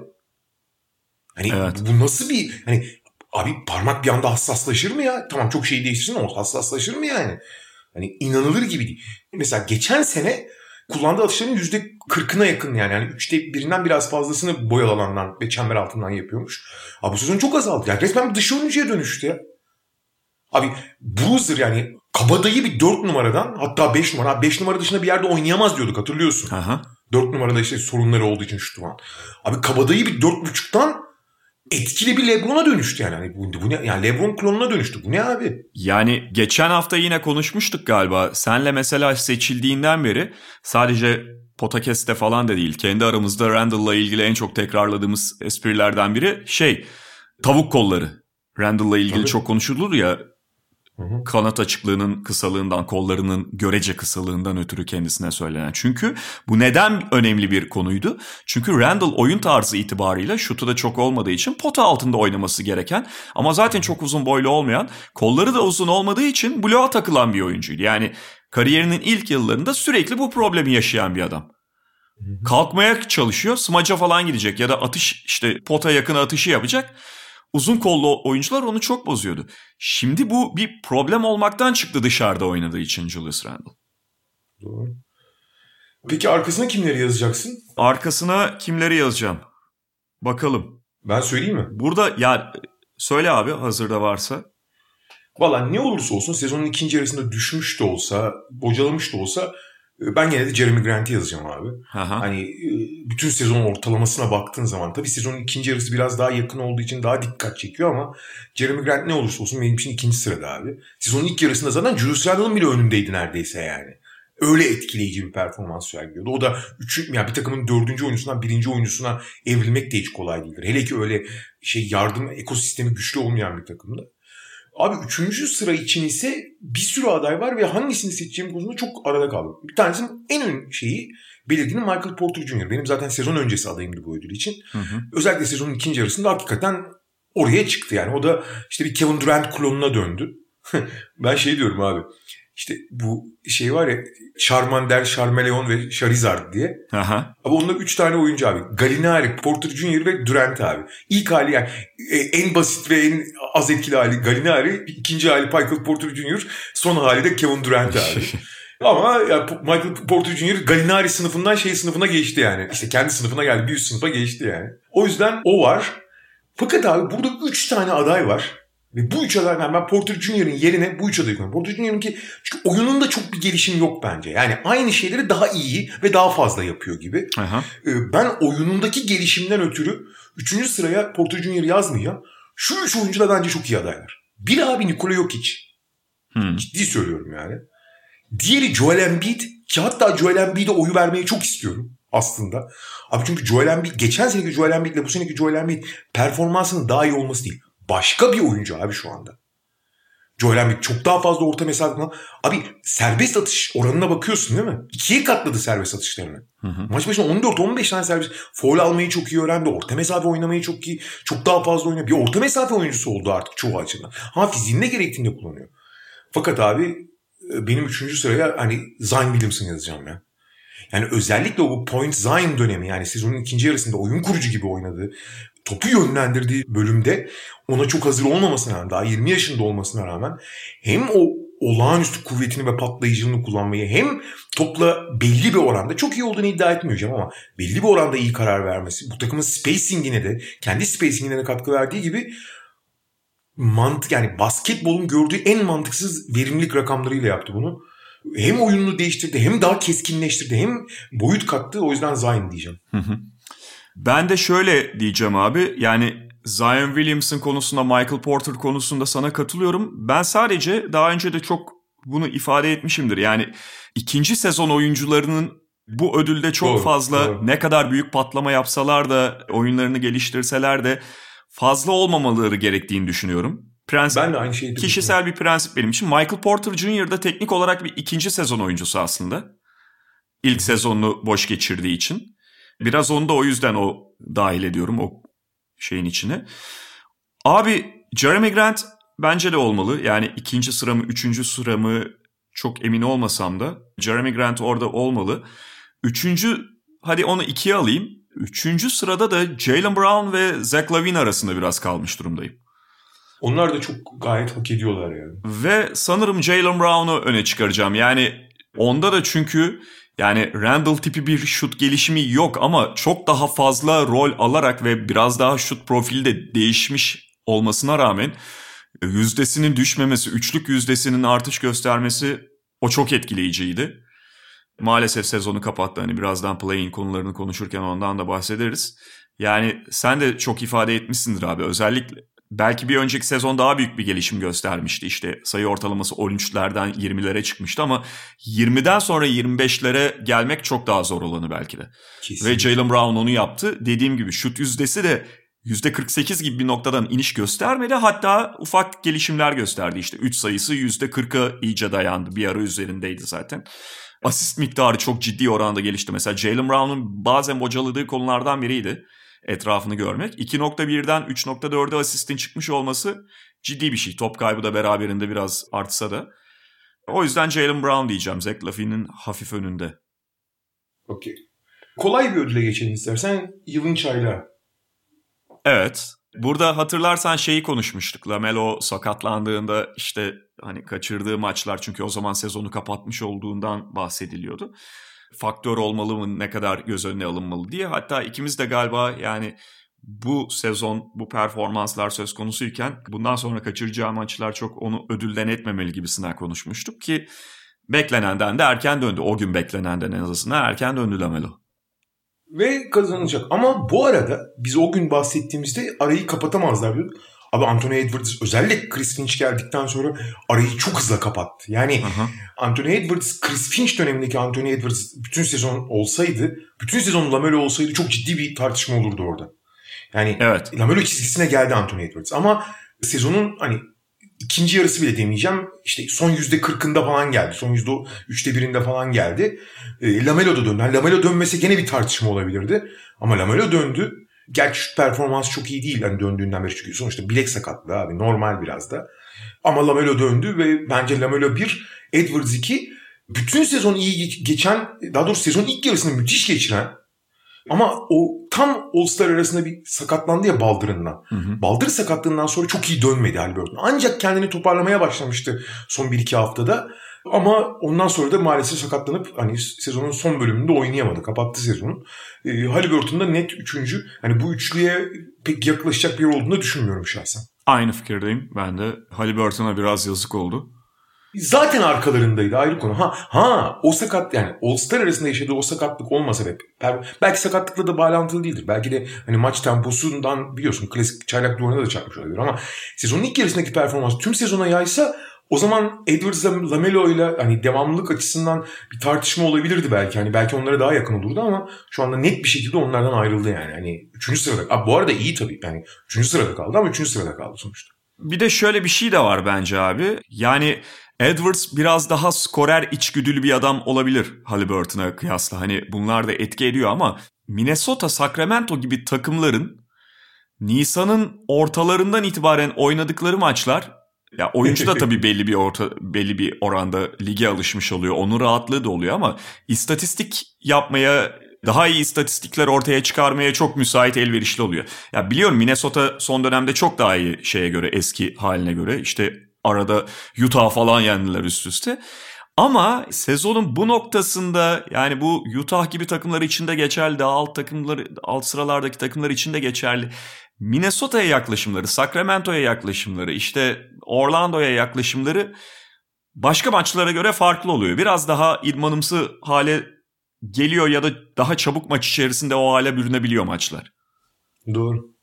Evet. Bu nasıl bir... Abi parmak bir anda hassaslaşır mı ya? Tamam, çok şey değiştirsin ama hassaslaşır mı yani? İnanılır gibi değil. Mesela geçen sene kullandığı atışların %40'ına yakın yani. 3'te 1'inden biraz fazlasını boyalı alandan ve çember altından yapıyormuş. Abi bu sezon çok azaldı. Yani resmen bir dış oyuncuya dönüştü ya. Abi Bruiser kabadayı bir 4 numaradan, hatta 5 numara. 5 numara dışında bir yerde oynayamaz diyorduk, hatırlıyorsun. 4 numarada sorunları olduğu için şutu var. Abi kabadayı bir 4.5'tan etkili bir LeBron'a dönüştü yani. Hani bu ne? Yani LeBron klonuna dönüştü. Bu ne abi? Yani geçen hafta yine konuşmuştuk galiba. Senle mesela seçildiğinden beri sadece podcast'te falan da değil. Kendi aramızda Randall'la ilgili en çok tekrarladığımız esprilerden biri tavuk kolları. Randall'la ilgili Tabii. çok konuşulur ya. Hı. Kanat açıklığının kısalığından, kollarının görece kısalığından ötürü kendisine söylenen. Çünkü bu neden önemli bir konuydu? Çünkü Randall oyun tarzı itibarıyla şutu da çok olmadığı için pota altında oynaması gereken ama zaten çok uzun boylu olmayan, kolları da uzun olmadığı için bloğa takılan bir oyuncuydu. Yani kariyerinin ilk yıllarında sürekli bu problemi yaşayan bir adam. Kalkmaya çalışıyor, smaca falan gidecek ya da atış, işte pota yakın atışı yapacak. Uzun kollu oyuncular onu çok bozuyordu. Şimdi bu bir problem olmaktan çıktı dışarıda oynadığı için Julius Randle. Doğru. Peki arkasına kimleri yazacaksın? Arkasına kimleri yazacağım? Bakalım. Ben söyleyeyim mi? Burada ya söyle abi hazırda varsa. Valla ne olursa olsun sezonun ikinci yarısında düşmüş de olsa, bocalamış da olsa ben gene de Jeremy Grant'i yazacağım abi. Aha. Hani bütün sezon ortalamasına baktığın zaman tabii sezonun ikinci yarısı biraz daha yakın olduğu için daha dikkat çekiyor ama Jeremy Grant ne olursa olsun benim için ikinci sırada abi. Sezonun ilk yarısında zaten Julius Randle'ın bile önündeydi neredeyse yani. Öyle etkileyici bir performans sergiliyordu. O da yani bir takımın 4. oyuncusundan 1. oyuncusuna evrilmek de hiç kolay değildir. Hele ki öyle yardım ekosistemi güçlü olmayan bir takımda. Abi 3. sıra için ise bir sürü aday var ve hangisini seçeceğim konusunda çok arada kaldım. Bir tanesinin en belirgini Michael Porter Jr. Benim zaten sezon öncesi adayımdı bu ödül için. Hı. Özellikle sezonun ikinci yarısında hakikaten oraya çıktı yani. O da işte bir Kevin Durant klonuna döndü. Ben diyorum abi. İşte bu var ya Charmander, Charmeleon ve Charizard diye. Aha. Ama onlar 3 tane oyuncu abi. Gallinari, Porter Jr. ve Durant abi. İlk hali yani en basit ve en az etkili hali Gallinari. İkinci hali Michael Porter Jr. Son hali de Kevin Durant abi. Ama yani Michael Porter Jr. Gallinari sınıfından sınıfına geçti yani. İşte kendi sınıfına geldi. Bir üst sınıfa geçti yani. O yüzden o var. Fakat abi burada 3 tane aday var. Ve bu 3 adaydan ben Porter Jr.'ın yerine bu 3 adayı koyuyorum. Porter Jr.'ınki çünkü oyununda çok bir gelişim yok bence. Yani aynı şeyleri daha iyi ve daha fazla yapıyor gibi. Aha. Ben oyunundaki gelişimden ötürü 3. sıraya Porter Jr. yazmayacağım. Şu 3 oyuncu da bence çok iyi adaylar. Biri abi Nikola Jokic. Ciddi söylüyorum yani. Diğeri Joel Embiid ki hatta Joel Embiid'e oyu vermeyi çok istiyorum aslında. Abi çünkü Joel Embiid geçen seneki Joel Embiid ile bu seneki Joel Embiid performansının daha iyi olması değil. Başka bir oyuncu abi şu anda. Joel Embiid çok daha fazla orta mesafe. Abi serbest atış oranına bakıyorsun değil mi? 2'ye katladı serbest atışlarını. Maç başına 14-15 tane serbest. Foul almayı çok iyi öğrendi. Orta mesafe oynamayı çok iyi. Çok daha fazla oynuyor. Bir orta mesafe oyuncusu oldu artık çoğu açıdan. Fiziğinde gerektiğinde kullanıyor. Fakat abi benim 3. sıraya Zion Williamson yazacağım ya. Yani özellikle o point Zion dönemi yani sezonun ikinci yarısında oyun kurucu gibi oynadığı, topu yönlendirdiği bölümde ona çok hazır olmamasına rağmen, daha 20 yaşında olmasına rağmen hem o olağanüstü kuvvetini ve patlayıcılığını kullanmayı hem topla belli bir oranda çok iyi olduğunu iddia etmeyeceğim ama belli bir oranda iyi karar vermesi, bu takımın spacingine de kendi spacingine de katkı verdiği gibi yani basketbolun gördüğü en mantıksız verimlilik rakamlarıyla yaptı bunu. Hem oyununu değiştirdi hem daha keskinleştirdi hem boyut kattı. O yüzden Zion diyeceğim. Ben de şöyle diyeceğim abi. Yani Zion Williamson konusunda, Michael Porter konusunda sana katılıyorum. Ben sadece daha önce de çok bunu ifade etmişimdir. Yani ikinci sezon oyuncularının bu ödülde çok fazla ne kadar büyük patlama yapsalar da oyunlarını geliştirseler de fazla olmamaları gerektiğini düşünüyorum. Ben de aynı şeyi kişisel bir prensip benim için. Michael Porter Jr. da teknik olarak bir ikinci sezon oyuncusu aslında. İlk sezonunu boş geçirdiği için. Biraz onu da o yüzden dahil ediyorum o şeyin içine. Abi Jeremy Grant bence de olmalı. Yani 2. sıra mı 3. sıra mı çok emin olmasam da Jeremy Grant orada olmalı. 3. hadi onu 2'ye alayım. 3. sırada da Jaylen Brown ve Zach LaVine arasında biraz kalmış durumdayım. Onlar da çok gayet hak ediyorlar yani. Ve sanırım Jaylen Brown'u öne çıkaracağım. Yani onda da çünkü yani Randall tipi bir şut gelişimi yok ama çok daha fazla rol alarak ve biraz daha şut profili de değişmiş olmasına rağmen yüzdesinin düşmemesi, üçlük yüzdesinin artış göstermesi o çok etkileyiciydi. Maalesef sezonu kapattı. Hani birazdan play-in konularını konuşurken ondan da bahsederiz. Yani sen de çok ifade etmişsindir abi. Özellikle belki bir önceki sezon daha büyük bir gelişim göstermişti. İşte sayı ortalaması 13'lerden 20'lere çıkmıştı ama 20'den sonra 25'lere gelmek çok daha zor olanı belki de. Kesinlikle. Ve Jaylen Brown onu yaptı. Dediğim gibi şut yüzdesi de %48 gibi bir noktadan iniş göstermedi. Hatta ufak gelişimler gösterdi. İşte 3 sayısı %40'a iyice dayandı. Bir ara üzerindeydi zaten. Asist miktarı çok ciddi oranda gelişti. Mesela Jaylen Brown'un bazen bocaladığı konulardan biriydi. Etrafını görmek. 2.1'den 3.4'e asistin çıkmış olması ciddi bir şey. Top kaybı da beraberinde biraz artsa da. O yüzden Jaylen Brown diyeceğim. Zach LaVine'in hafif önünde. Okey. Kolay bir ödüle geçelim istersen. Yılın çaylağı. Evet. Burada hatırlarsan şeyi konuşmuştuk. LaMelo sakatlandığında işte hani kaçırdığı maçlar, çünkü o zaman sezonu kapatmış olduğundan bahsediliyordu. Faktör olmalı mı, ne kadar göz önüne alınmalı diye. Hatta ikimiz de galiba yani bu sezon bu performanslar söz konusuyken bundan sonra kaçıracağı maçlar çok onu ödülden etmemeli gibisinden konuşmuştuk ki beklenenden de erken döndü. O gün beklenenden en azından erken döndü LaMelo. Ve kazanacak. Ama bu arada biz o gün bahsettiğimizde arayı kapatamazlar diyorduk. Abi Anthony Edwards özellikle Chris Finch geldikten sonra arayı çok hızlı kapattı. Yani Anthony Edwards, Chris Finch dönemindeki Anthony Edwards bütün sezon olsaydı, bütün sezon LaMelo olsaydı çok ciddi bir tartışma olurdu orada. Yani evet. LaMelo çizgisine geldi Anthony Edwards. Ama sezonun hani ikinci yarısı bile demeyeceğim. İşte son %40'ında falan geldi. Son %1'inde falan geldi. LaMelo da döndü. Yani LaMelo dönmese gene bir tartışma olabilirdi. Ama LaMelo döndü. Gerçi şut performansı çok iyi değil hani döndüğünden beri, çünkü sonuçta bilek sakatlığı abi, normal biraz da. Ama LaMelo döndü ve bence LaMelo 1, Edwards 2 bütün sezon iyi geçen, daha doğrusu sezon ilk yarısını müthiş geçiren ama o tam All-Star arasında bir sakatlandı ya baldırından. Baldır sakatlığından sonra çok iyi dönmedi Haliburton. Ancak kendini toparlamaya başlamıştı son 1-2 haftada. Ama ondan sonra da maalesef sakatlanıp hani sezonun son bölümünde oynayamadı. Kapattı sezonu. Haliburton da net 3. Hani bu üçlüye pek yaklaşacak bir yer olduğunu düşünmüyorum şahsen. Aynı fikirdeyim. Ben de Haliburton'a biraz yazık oldu. Zaten arkalarındaydı, ayrı konu. O sakat, yani All-Star arasında yaşadığı o sakatlık olmasa belki sakatlıkla da bağlantılı değildir. Belki de hani maç temposundan biliyorsun klasik çaylak duvarına da çarpmış olabilir ama sezonun ilk yarısındaki performans tüm sezona yaysa o zaman Edwards'la LaMelo'yla hani devamlılık açısından bir tartışma olabilirdi belki. Hani belki onlara daha yakın olurdu ama şu anda net bir şekilde onlardan ayrıldı yani. Hani 3. sırada. Abi bu arada iyi tabii. Yani 3. sırada kaldı ama 3. sırada kaldı sonuçta. Bir de şöyle bir şey de var bence abi. Yani Edwards biraz daha skorer, içgüdülü bir adam olabilir Haliburton'a kıyasla. Hani bunlar da etki ediyor ama Minnesota, Sacramento gibi takımların Nisan'ın ortalarından itibaren oynadıkları maçlar, ya oyuncu da tabii belli bir oranda lige alışmış oluyor. Onun rahatlığı da oluyor ama istatistik yapmaya, daha iyi istatistikler ortaya çıkarmaya çok müsait, elverişli oluyor. Ya biliyorum Minnesota son dönemde çok daha iyi şeye göre, eski haline göre. İşte arada Utah falan yendiler üst üste. Ama sezonun bu noktasında, yani bu Utah gibi takımlar için de geçerli, daha alt sıralardaki takımlar için de geçerli. Minnesota'ya yaklaşımları, Sacramento'ya yaklaşımları, işte Orlando'ya yaklaşımları başka maçlara göre farklı oluyor. Biraz daha idmanımsı hale geliyor ya da daha çabuk maç içerisinde o hale bürünebiliyor maçlar. Doğru.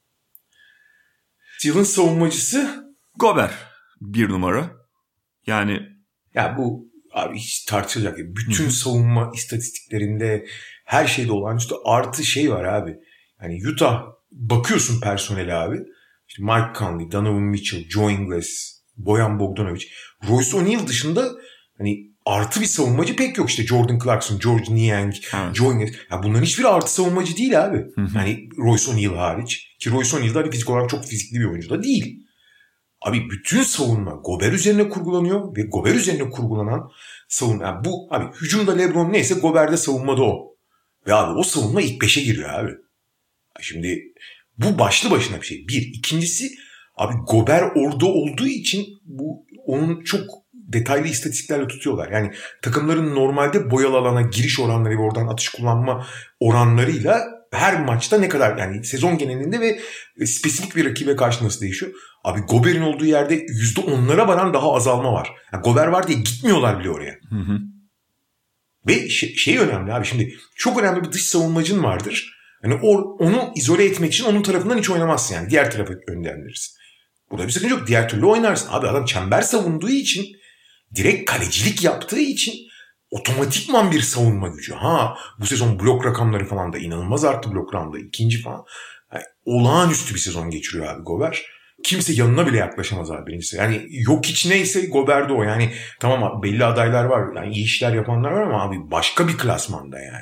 Yılın savunmacısı Gobert 1 numara. Yani ya bu abi hiç tartışılacak. Bütün savunma istatistiklerinde her şeyde olağanüstü artı şey var abi. Yani Utah bakıyorsun personeli abi. İşte Mike Conley, Donovan Mitchell, Joe Ingles, Bojan Bogdanovic, Royce O'Neal dışında hani artı bir savunmacı pek yok. İşte Jordan Clarkson, George Niang, Joe Ingles. Ya bunların hiçbiri artı savunmacı değil abi. Yani Royce O'Neal hariç. Ki Royce O'Neal da fizik olarak çok fizikli bir oyuncu da değil. Abi bütün savunma Gobert üzerine kurgulanıyor ve Gobert üzerine kurgulanan savunma. Yani bu abi hücumda LeBron neyse Gobert'de savunmada o. Ve abi o savunma ilk 5'e giriyor abi. Şimdi bu başlı başına bir şey. Bir. İkincisi abi Gobert orada olduğu için bu onun çok detaylı istatistiklerle tutuyorlar. Yani takımların normalde boyalı alana giriş oranları ve oradan atış kullanma oranlarıyla her maçta ne kadar, yani sezon genelinde ve spesifik bir rakibe karşı nasıl değişiyor? Abi Gobert'in olduğu yerde %10'lara varan daha azalma var. Yani Gobert var diye gitmiyorlar bile oraya. Ve şey önemli abi, şimdi çok önemli bir dış savunmacın vardır. Hani onu izole etmek için onun tarafından hiç oynamazsın yani. Diğer tarafı yönlendirirsin. Burada bir sakınca yok. Diğer türlü oynarsın. Abi adam çember savunduğu için, direkt kalecilik yaptığı için otomatikman bir savunma gücü. Bu sezon blok rakamları falan da inanılmaz arttı, blok rakamda ikinci falan. Yani olağanüstü bir sezon geçiriyor abi Gobert. Kimse yanına bile yaklaşamaz abi birincisi. Yani yok hiç neyse Gobert de o. Yani tamam abi, belli adaylar var. Yani iyi işler yapanlar var ama abi başka bir klasmanda yani.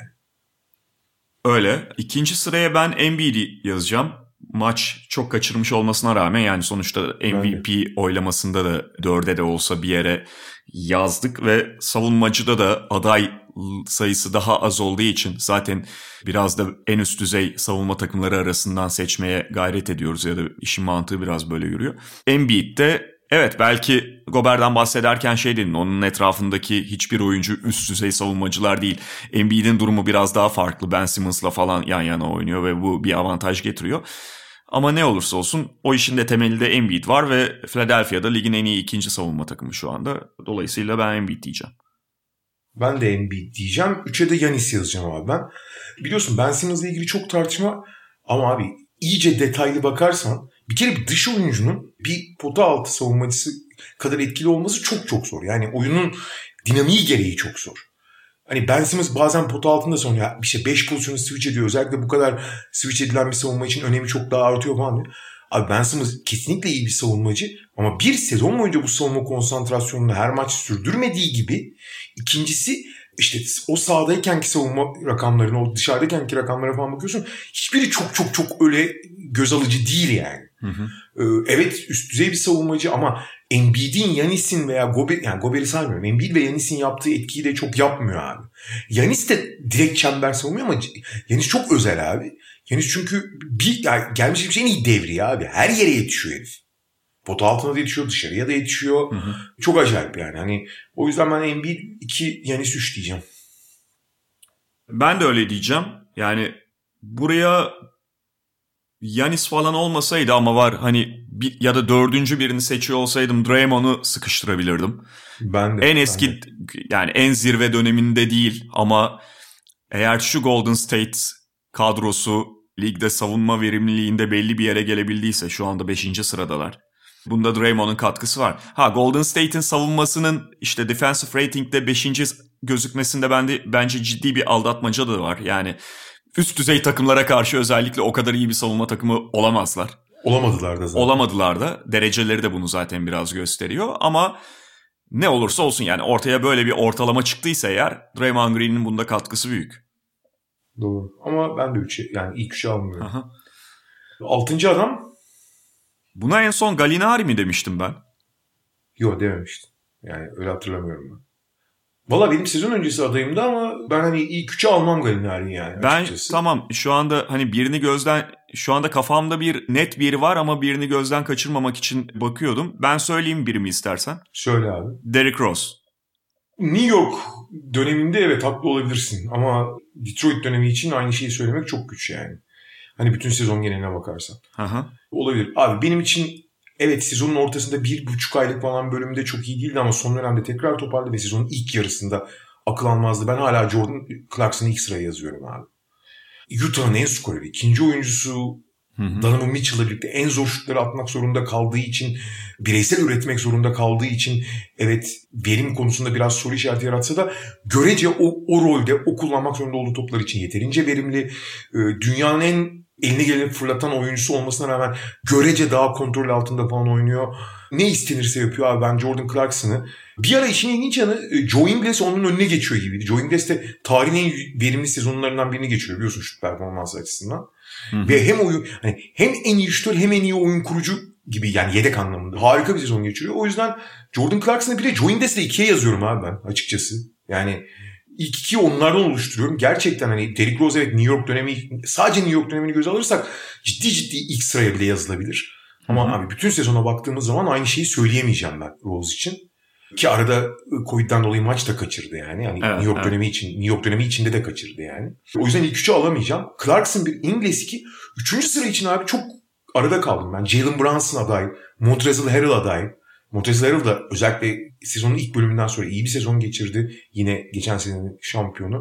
Öyle. İkinci sıraya ben Embiid'i yazacağım. Maç çok kaçırmış olmasına rağmen yani sonuçta MVP oylamasında da 4'e de olsa bir yere yazdık ve savunmacıda da aday sayısı daha az olduğu için zaten biraz da en üst düzey savunma takımları arasından seçmeye gayret ediyoruz ya da işin mantığı biraz böyle yürüyor. Embiid de evet, belki Gobert'den bahsederken şey dedin, onun etrafındaki hiçbir oyuncu üst düzey savunmacılar değil. Embiid'in durumu biraz daha farklı. Ben Simmons'la falan yan yana oynuyor ve bu bir avantaj getiriyor. Ama ne olursa olsun o işin de temelinde Embiid var ve Philadelphia'da ligin en iyi ikinci savunma takımı şu anda. Dolayısıyla ben Embiid diyeceğim. Ben de Embiid diyeceğim. 3'e de Giannis yazacağım abi ben. Biliyorsun Ben Simmons'la ilgili çok tartışma ama abi iyice detaylı bakarsan bir kere bir dış oyuncunun bir pota altı savunmacısı kadar etkili olması çok çok zor. Yani oyunun dinamiği gereği çok zor. Hani Ben Simmons bazen pota altında savunuyor. İşte 5 pozisyonu switch ediyor. Özellikle bu kadar switch edilen bir savunma için önemi çok daha artıyor falan diyor. Abi Ben Simmons kesinlikle iyi bir savunmacı ama bir sezon boyunca bu savunma konsantrasyonunu her maç sürdürmediği gibi, ikincisi işte o sahadaykenki savunma rakamlarına, o dışarıdaykenki rakamlara falan bakıyorsun. Hiçbiri çok çok çok öyle göz alıcı değil yani. Evet, üst düzey bir savunmacı ama Embiid'in, Giannis'in veya Gobert'i saymıyorum. Embiid ve Giannis'in yaptığı etkiyi de çok yapmıyor abi. Giannis de direkt çember savunuyor ama Giannis çok özel abi. Giannis çünkü gelmiş bir şeyin iyi devri abi. Her yere yetişiyor herif. Pota altına da yetişiyor, dışarıya da yetişiyor. Çok acayip yani. Hani o yüzden ben Embiid 2, Giannis 3 diyeceğim. Ben de öyle diyeceğim. Yani buraya Giannis falan olmasaydı ama var hani ya da dördüncü birini seçiyor olsaydım Draymond'u sıkıştırabilirdim. Ben de. En yani en zirve döneminde değil ama eğer şu Golden State kadrosu ligde savunma verimliliğinde belli bir yere gelebildiyse, şu anda 5. sıradalar. Bunda Draymond'un katkısı var. Golden State'in savunmasının işte defensive rating'de 5. gözükmesinde bence ciddi bir aldatmaca da var. Yani üst düzey takımlara karşı özellikle o kadar iyi bir savunma takımı olamazlar. Olamadılar da zaten. Olamadılar da. Dereceleri de bunu zaten biraz gösteriyor. Ama ne olursa olsun yani ortaya böyle bir ortalama çıktıysa eğer Draymond Green'in bunda katkısı büyük. Doğru. Ama ben de 3'e, yani ilk 3'e almıyorum. 6. adam. Buna en son Gallinari mi demiştim ben? Yok, dememiştim. Yani öyle hatırlamıyorum ben. Valla benim sezon öncesi adayımdı ama ben hani ilk 3'e almam Gallinari'yi yani açıkçası. Tamam, şu anda hani şu anda kafamda bir net biri var ama birini gözden kaçırmamak için bakıyordum. Ben söyleyeyim birimi istersen. Söyle abi. Derrick Rose. New York döneminde evet haklı olabilirsin ama Detroit dönemi için aynı şeyi söylemek çok güç yani. Hani bütün sezon geneline bakarsan. Olabilir. Abi benim için evet, sezonun ortasında 1,5 aylık falan bölümde çok iyi değildi ama son dönemde tekrar toparladı ve sezonun ilk yarısında akıl almazdı. Ben hala Jordan Clarkson'ı ilk sıraya yazıyorum abi. Utah'ın en skoreri, ikinci oyuncusu Donovan Mitchell'la birlikte en zor şutları atmak zorunda kaldığı için, bireysel üretmek zorunda kaldığı için evet verim konusunda biraz soru işareti yaratsa da görece o rolde, o kullanmak zorunda olduğu toplar için yeterince verimli, dünyanın en eline geleni fırlatan oyuncusu olmasına rağmen görece daha kontrol altında falan oynuyor. Ne istenirse yapıyor abi. Ben Jordan Clarkson'ı. Bir ara işin ilginç yanı Joe Ingles onun önüne geçiyor gibiydi. Joe Ingles de tarihin en verimli sezonlarından birini geçiriyor biliyorsun şut performansı açısından. Ve hem hani hem en iyi şutör hem en iyi oyun kurucu gibi, yani yedek anlamında. Harika bir sezon geçiriyor. O yüzden Jordan Clarkson'ı bir de Joe Ingles'le 2'ye yazıyorum abi ben açıkçası. Yani İlk 2'yi onlardan oluşturuyorum. Gerçekten hani Derrick Rose evet New York dönemi, sadece New York dönemini göze alırsak ciddi ilk sıraya bile yazılabilir. Ama abi bütün sezona baktığımız zaman aynı şeyi söyleyemeyeceğim ben Rose için. Ki arada Covid'den dolayı maç da kaçırdı yani. Yani evet, New York dönemi içinde de kaçırdı yani. O yüzden ilk 3'ü alamayacağım. Clarkson bir, Ingles 2. 3. sıra için abi çok arada kaldım ben. Jalen Brunson aday, Montrezl Harrell aday. Montrezl Harrell da özellikle sezonun ilk bölümünden sonra iyi bir sezon geçirdi. Yine geçen senenin şampiyonu.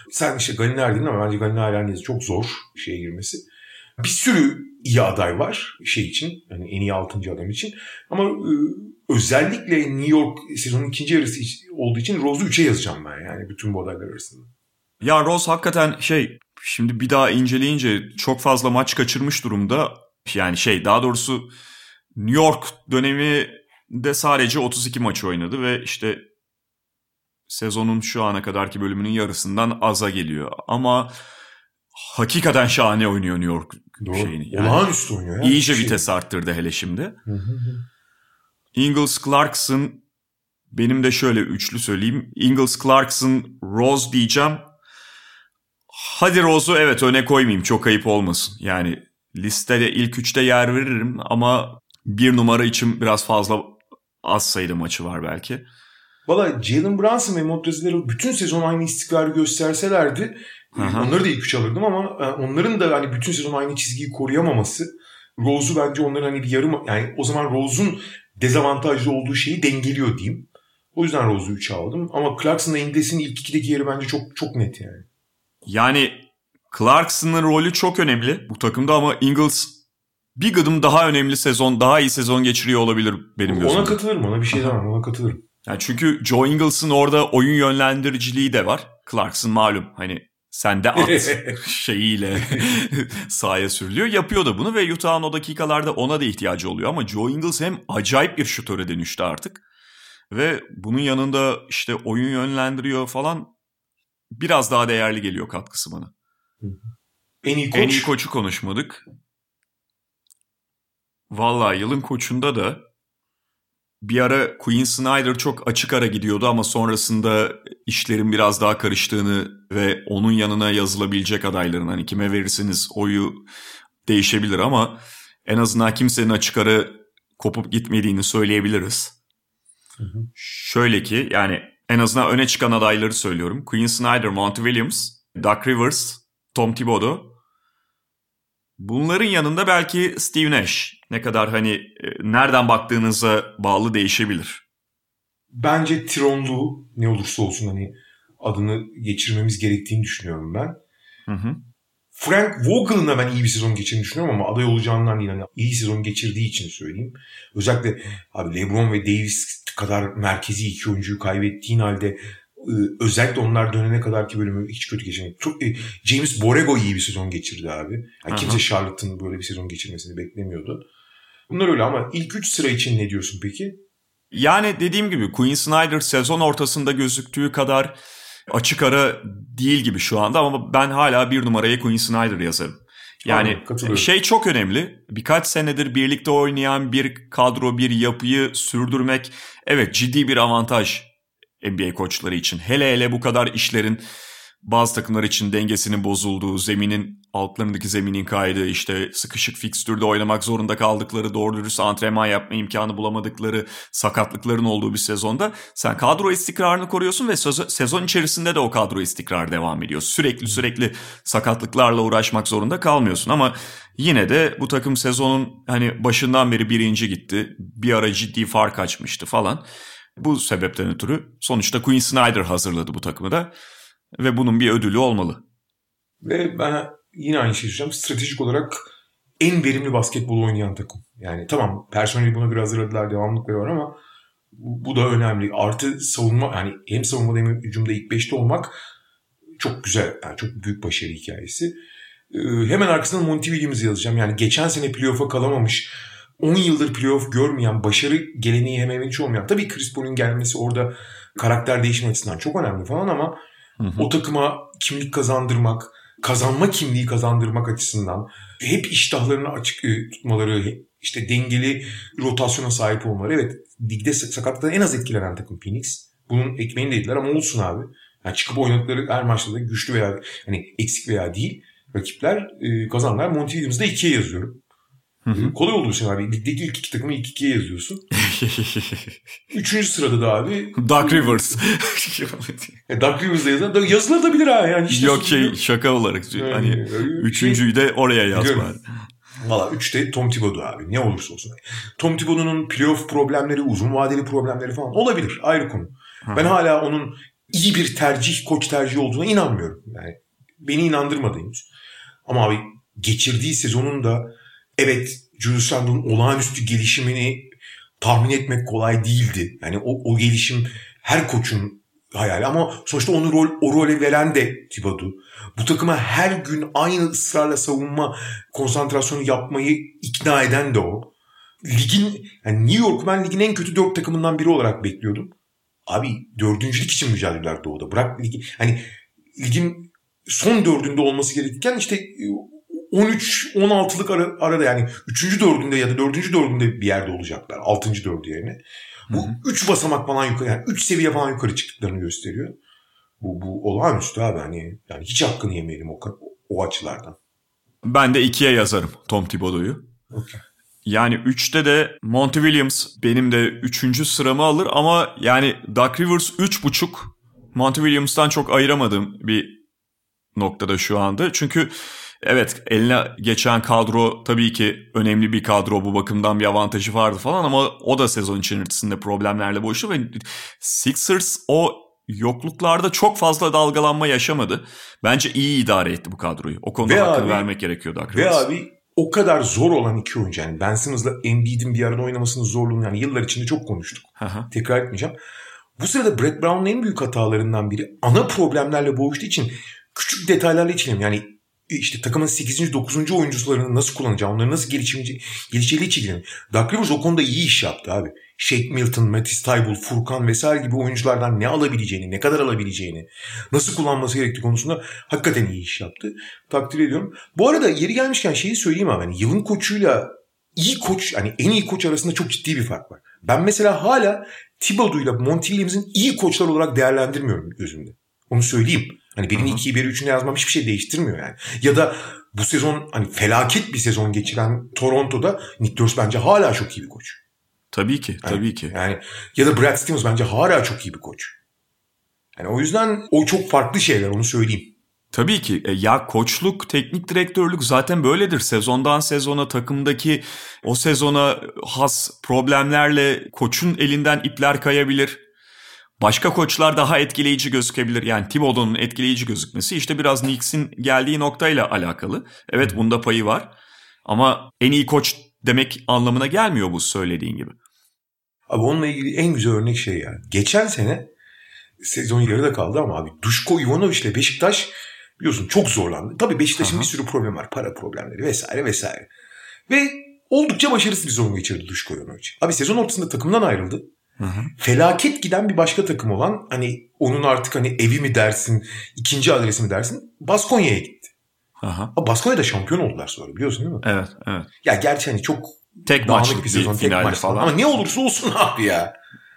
Sen işte Gallinari dedin ama bence Gallinari'nin çok zor şeye girmesi. Bir sürü iyi aday var şey için. Yani en iyi 6. adam için. Ama özellikle New York sezonun ikinci yarısı olduğu için Rose'u 3'e yazacağım ben yani bütün bu adaylar arasında. Ya Rose hakikaten şimdi bir daha inceleyince çok fazla maç kaçırmış durumda. Yani daha doğrusu New York döneminde sadece 32 maç oynadı ve işte sezonun şu ana kadarki bölümünün yarısından aza geliyor. Ama hakikaten şahane oynuyor New York şeyini. Yani olağanüstü oynuyor. İyice vites arttırdı hele şimdi. Ingles Clarkson, benim de şöyle üçlü söyleyeyim. Ingles Clarkson, Rose diyeceğim. Hadi Rose'u evet öne koymayayım, çok ayıp olmasın. Yani listede ilk 3'te yer veririm ama bir numara için biraz fazla az sayıda maçı var belki. Valla Jalen Brunson ve Montrezl bütün sezon aynı istikrarı gösterselerdi onları da ilk 3 alırdım ama onların da hani bütün sezon aynı çizgiyi koruyamaması Rose'u bence onların hani bir yarım, yani o zaman Rose'un dezavantajlı olduğu şeyi dengeliyor diyeyim. O yüzden Rose'u 3'e aldım ama Clarkson'la Ingles'in ilk 2'deki yeri bence çok çok net yani. Yani Clarkson'ın rolü çok önemli bu takımda ama Ingles bir gıdım daha önemli daha iyi sezon geçiriyor olabilir benim gözümde. Ona katılırım, ona bir şey demem, ona katılırım. Yani çünkü Joe Ingles'ın orada oyun yönlendiriciliği de var. Clarkson malum hani sende at şeyiyle sahaya sürülüyor. Yapıyor da bunu ve Utah'ın o dakikalarda ona da ihtiyacı oluyor. Ama Joe Ingles hem acayip bir şutöre dönüştü artık. Ve bunun yanında işte oyun yönlendiriyor falan, biraz daha değerli geliyor katkısı bana. En iyi koçu konuşmadık. Vallahi yılın koçunda da bir ara Quinn Snyder çok açık ara gidiyordu ama sonrasında işlerin biraz daha karıştığını ve onun yanına yazılabilecek adayların hani kime verirsiniz oyu değişebilir ama en azından kimsenin açık ara kopup gitmediğini söyleyebiliriz. Şöyle ki yani en azından öne çıkan adayları söylüyorum. Quinn Snyder, Monty Williams, Doc Rivers, Tom Thibodeau. Bunların yanında belki Steve Nash. Ne kadar hani nereden baktığınıza bağlı değişebilir. Bence Tironlu ne olursa olsun hani adını geçirmemiz gerektiğini düşünüyorum ben. Frank Vogel'ın da ben iyi bir sezon geçirdiğini düşünüyorum ama aday olacağından değil. Yani iyi sezon geçirdiği için söyleyeyim. Özellikle abi LeBron ve Davis kadar merkezi iki oyuncuyu kaybettiğin halde özellikle onlar dönene kadarki bölümü hiç kötü geçirmedi. James Borrego iyi bir sezon geçirdi abi. Yani kimse Charlotte'ın böyle bir sezon geçirmesini beklemiyordu. Bunlar öyle ama ilk 3 sıra için ne diyorsun peki? Yani dediğim gibi Quinn Snyder sezon ortasında gözüktüğü kadar açık ara değil gibi şu anda ama ben hala bir numaraya Quinn Snyder yazarım. Yani çok önemli. Birkaç senedir birlikte oynayan bir kadro, bir yapıyı sürdürmek evet ciddi bir avantaj NBA koçları için. Hele bu kadar işlerin bazı takımlar için dengesinin bozulduğu, altlarındaki zeminin kaydığı, işte sıkışık fikstürde oynamak zorunda kaldıkları, doğru dürüst antrenman yapma imkanı bulamadıkları, sakatlıkların olduğu bir sezonda sen kadro istikrarını koruyorsun ve sezon içerisinde de o kadro istikrarı devam ediyor. Sürekli sakatlıklarla uğraşmak zorunda kalmıyorsun ama yine de bu takım sezonun hani başından beri birinci gitti. Bir ara ciddi fark açmıştı falan. Bu sebepten ötürü sonuçta Quinn Snyder hazırladı bu takımı da ve bunun bir ödülü olmalı. Ve ben yine aynı şeyi söyleyeceğim. Stratejik olarak en verimli basketbol oynayan takım. Yani tamam personeli buna göre hazırladılar, devamlılıkları var ama bu da önemli. Artı savunma, yani hem savunmada hem hücumda ilk 5'te olmak çok güzel. Yani çok büyük başarı hikayesi. Hemen arkasından Monty Williams'ı yazacağım. Yani geçen sene playoff'a kalamamış, 10 yıldır playoff görmeyen, başarı geleneği hemen hiç olmayan. Tabii Chris Paul'un gelmesi orada karakter değişimi açısından çok önemli falan ama o takıma kimlik kazandırmak, kazanma kimliği kazandırmak açısından hep iştahlarını açık tutmaları, işte dengeli rotasyona sahip olmaları. Evet, ligde sakatlıktan en az etkilenen takım Phoenix. Bunun ekmeğini de yediler ama olsun abi. Yani çıkıp oynadıkları her maçta da güçlü veya hani eksik veya değil rakipler kazanlar. Monty Williams'ı da 2'ye yazıyorum. Kolay oldu bu sene abi. Ligdeki ilk iki takımı ilk 2'ye yazıyorsun. 3. sırada da abi Doc Rivers. Doc Rivers'da yazan. Yazılabilir ha. Yani işte yok şaka olarak. Hani 3.'yü de oraya yaz bari. Valla 3'te Tom Thibodeau abi. Ne olursa olsun. Tom Thibodeau'nun playoff problemleri, uzun vadeli problemleri falan olabilir. Ayrı konu. Ben hala onun iyi bir koç tercihi olduğuna inanmıyorum. Yani beni inandırmadı henüz. Ama abi geçirdiği sezonun da evet Julius Randle'ın olağanüstü gelişimini tahmin etmek kolay değildi. Yani o gelişim her koçun hayali ama sonuçta onu o role veren de Thibodeau. Bu takıma her gün aynı ısrarla savunma konsantrasyonu yapmayı ikna eden de o. Yani New York'u ben ligin en kötü 4 takımından biri olarak bekliyordum. Abi 4. lig için mücadeleler doğuda. Bırak ligi. Hani ligin son 4'ünde olması gerekirken işte 13-16'lık arada yani 3. 4'ünde ya da 4. 4'ünde bir yerde olacaklar. 6. 4'ü yerine. Bu 3 basamak falan yukarı yani 3 seviye falan yukarı çıktıklarını gösteriyor. Bu olağanüstü abi hani yani hiç hakkını yemeyelim o açılardan. Ben de 2'ye yazarım Tom Thibodeau'yu. Okay. Yani 3'te de Monty Williams benim de 3. sıramı alır ama yani Doug Rivers 3.5 Monty Williams'tan çok ayıramadığım bir noktada şu anda. Çünkü evet eline geçen kadro tabii ki önemli bir kadro, bu bakımdan bir avantajı vardı falan ama o da sezon içerisinde problemlerle boğuştu ve Sixers o yokluklarda çok fazla dalgalanma yaşamadı. Bence iyi idare etti bu kadroyu. O konuda hakkını vermek gerekiyor Doug Rivers. Ve abi o kadar zor olan iki oyuncu yani Ben Simmons'la Embiid'in bir arada oynamasının zorluğunu yani yıllar içinde çok konuştuk. Tekrar etmeyeceğim. Bu sırada Brett Brown'un en büyük hatalarından biri ana problemlerle boğuştuğu için küçük detaylarla içilim. Yani işte takımın 8. 9. oyuncularını nasıl kullanacağı, onları nasıl gelişeceğiyle içilim. Doug Rivers o konuda iyi iş yaptı abi. Shake Milton, Matisse Thybulle, Furkan vesaire gibi oyunculardan ne alabileceğini, ne kadar alabileceğini, nasıl kullanması gerektiği konusunda hakikaten iyi iş yaptı. Takdir ediyorum. Bu arada yeri gelmişken şeyi söyleyeyim abi. Yani yılın koçuyla iyi koç, hani en iyi koç arasında çok ciddi bir fark var. Ben mesela hala Thibodeau'yla Monty Williams'ın iyi koçlar olarak değerlendirmiyorum gözümde. Onu söyleyeyim. Hani benim 2'yi 1'i 3'ünde yazmam hiçbir şey değiştirmiyor yani. Ya da bu sezon hani felaket bir sezon geçiren Toronto'da Nick Nurse bence hala çok iyi bir koç. Tabii ki, yani, tabii ki. Yani ya da Brad Stevens bence hala çok iyi bir koç. Yani o yüzden o çok farklı şeyler, onu söyleyeyim. Tabii ki. Ya koçluk, teknik direktörlük zaten böyledir. Sezondan sezona takımdaki o sezona has problemlerle koçun elinden ipler kayabilir. Başka koçlar daha etkileyici gözükebilir. Yani Thibodeau'nun etkileyici gözükmesi işte biraz Knicks'in geldiği noktayla alakalı. Evet bunda payı var. Ama en iyi koç demek anlamına gelmiyor bu söylediğin gibi. Abi onunla ilgili en güzel örnek şey yani. Geçen sene sezon yarıda kaldı ama abi Duško Ivanović'le Beşiktaş biliyorsun çok zorlandı. Tabii Beşiktaş'ın bir sürü problem var. Para problemleri vesaire vesaire. Ve oldukça başarısız bir sezon geçirdi Duško Ivanović. Abi sezon ortasında takımdan ayrıldı. Felaket giden bir başka takım olan hani onun artık hani evi mi dersin, ikinci adresi mi dersin, Baskonya'ya gitti. Baskonya'da şampiyon oldular sonra, biliyorsun değil mi? Evet, evet. Ya gerçi hani çok tek maçlık bir sezon, tek maç falan. Ama ne olursa olsun abi ya.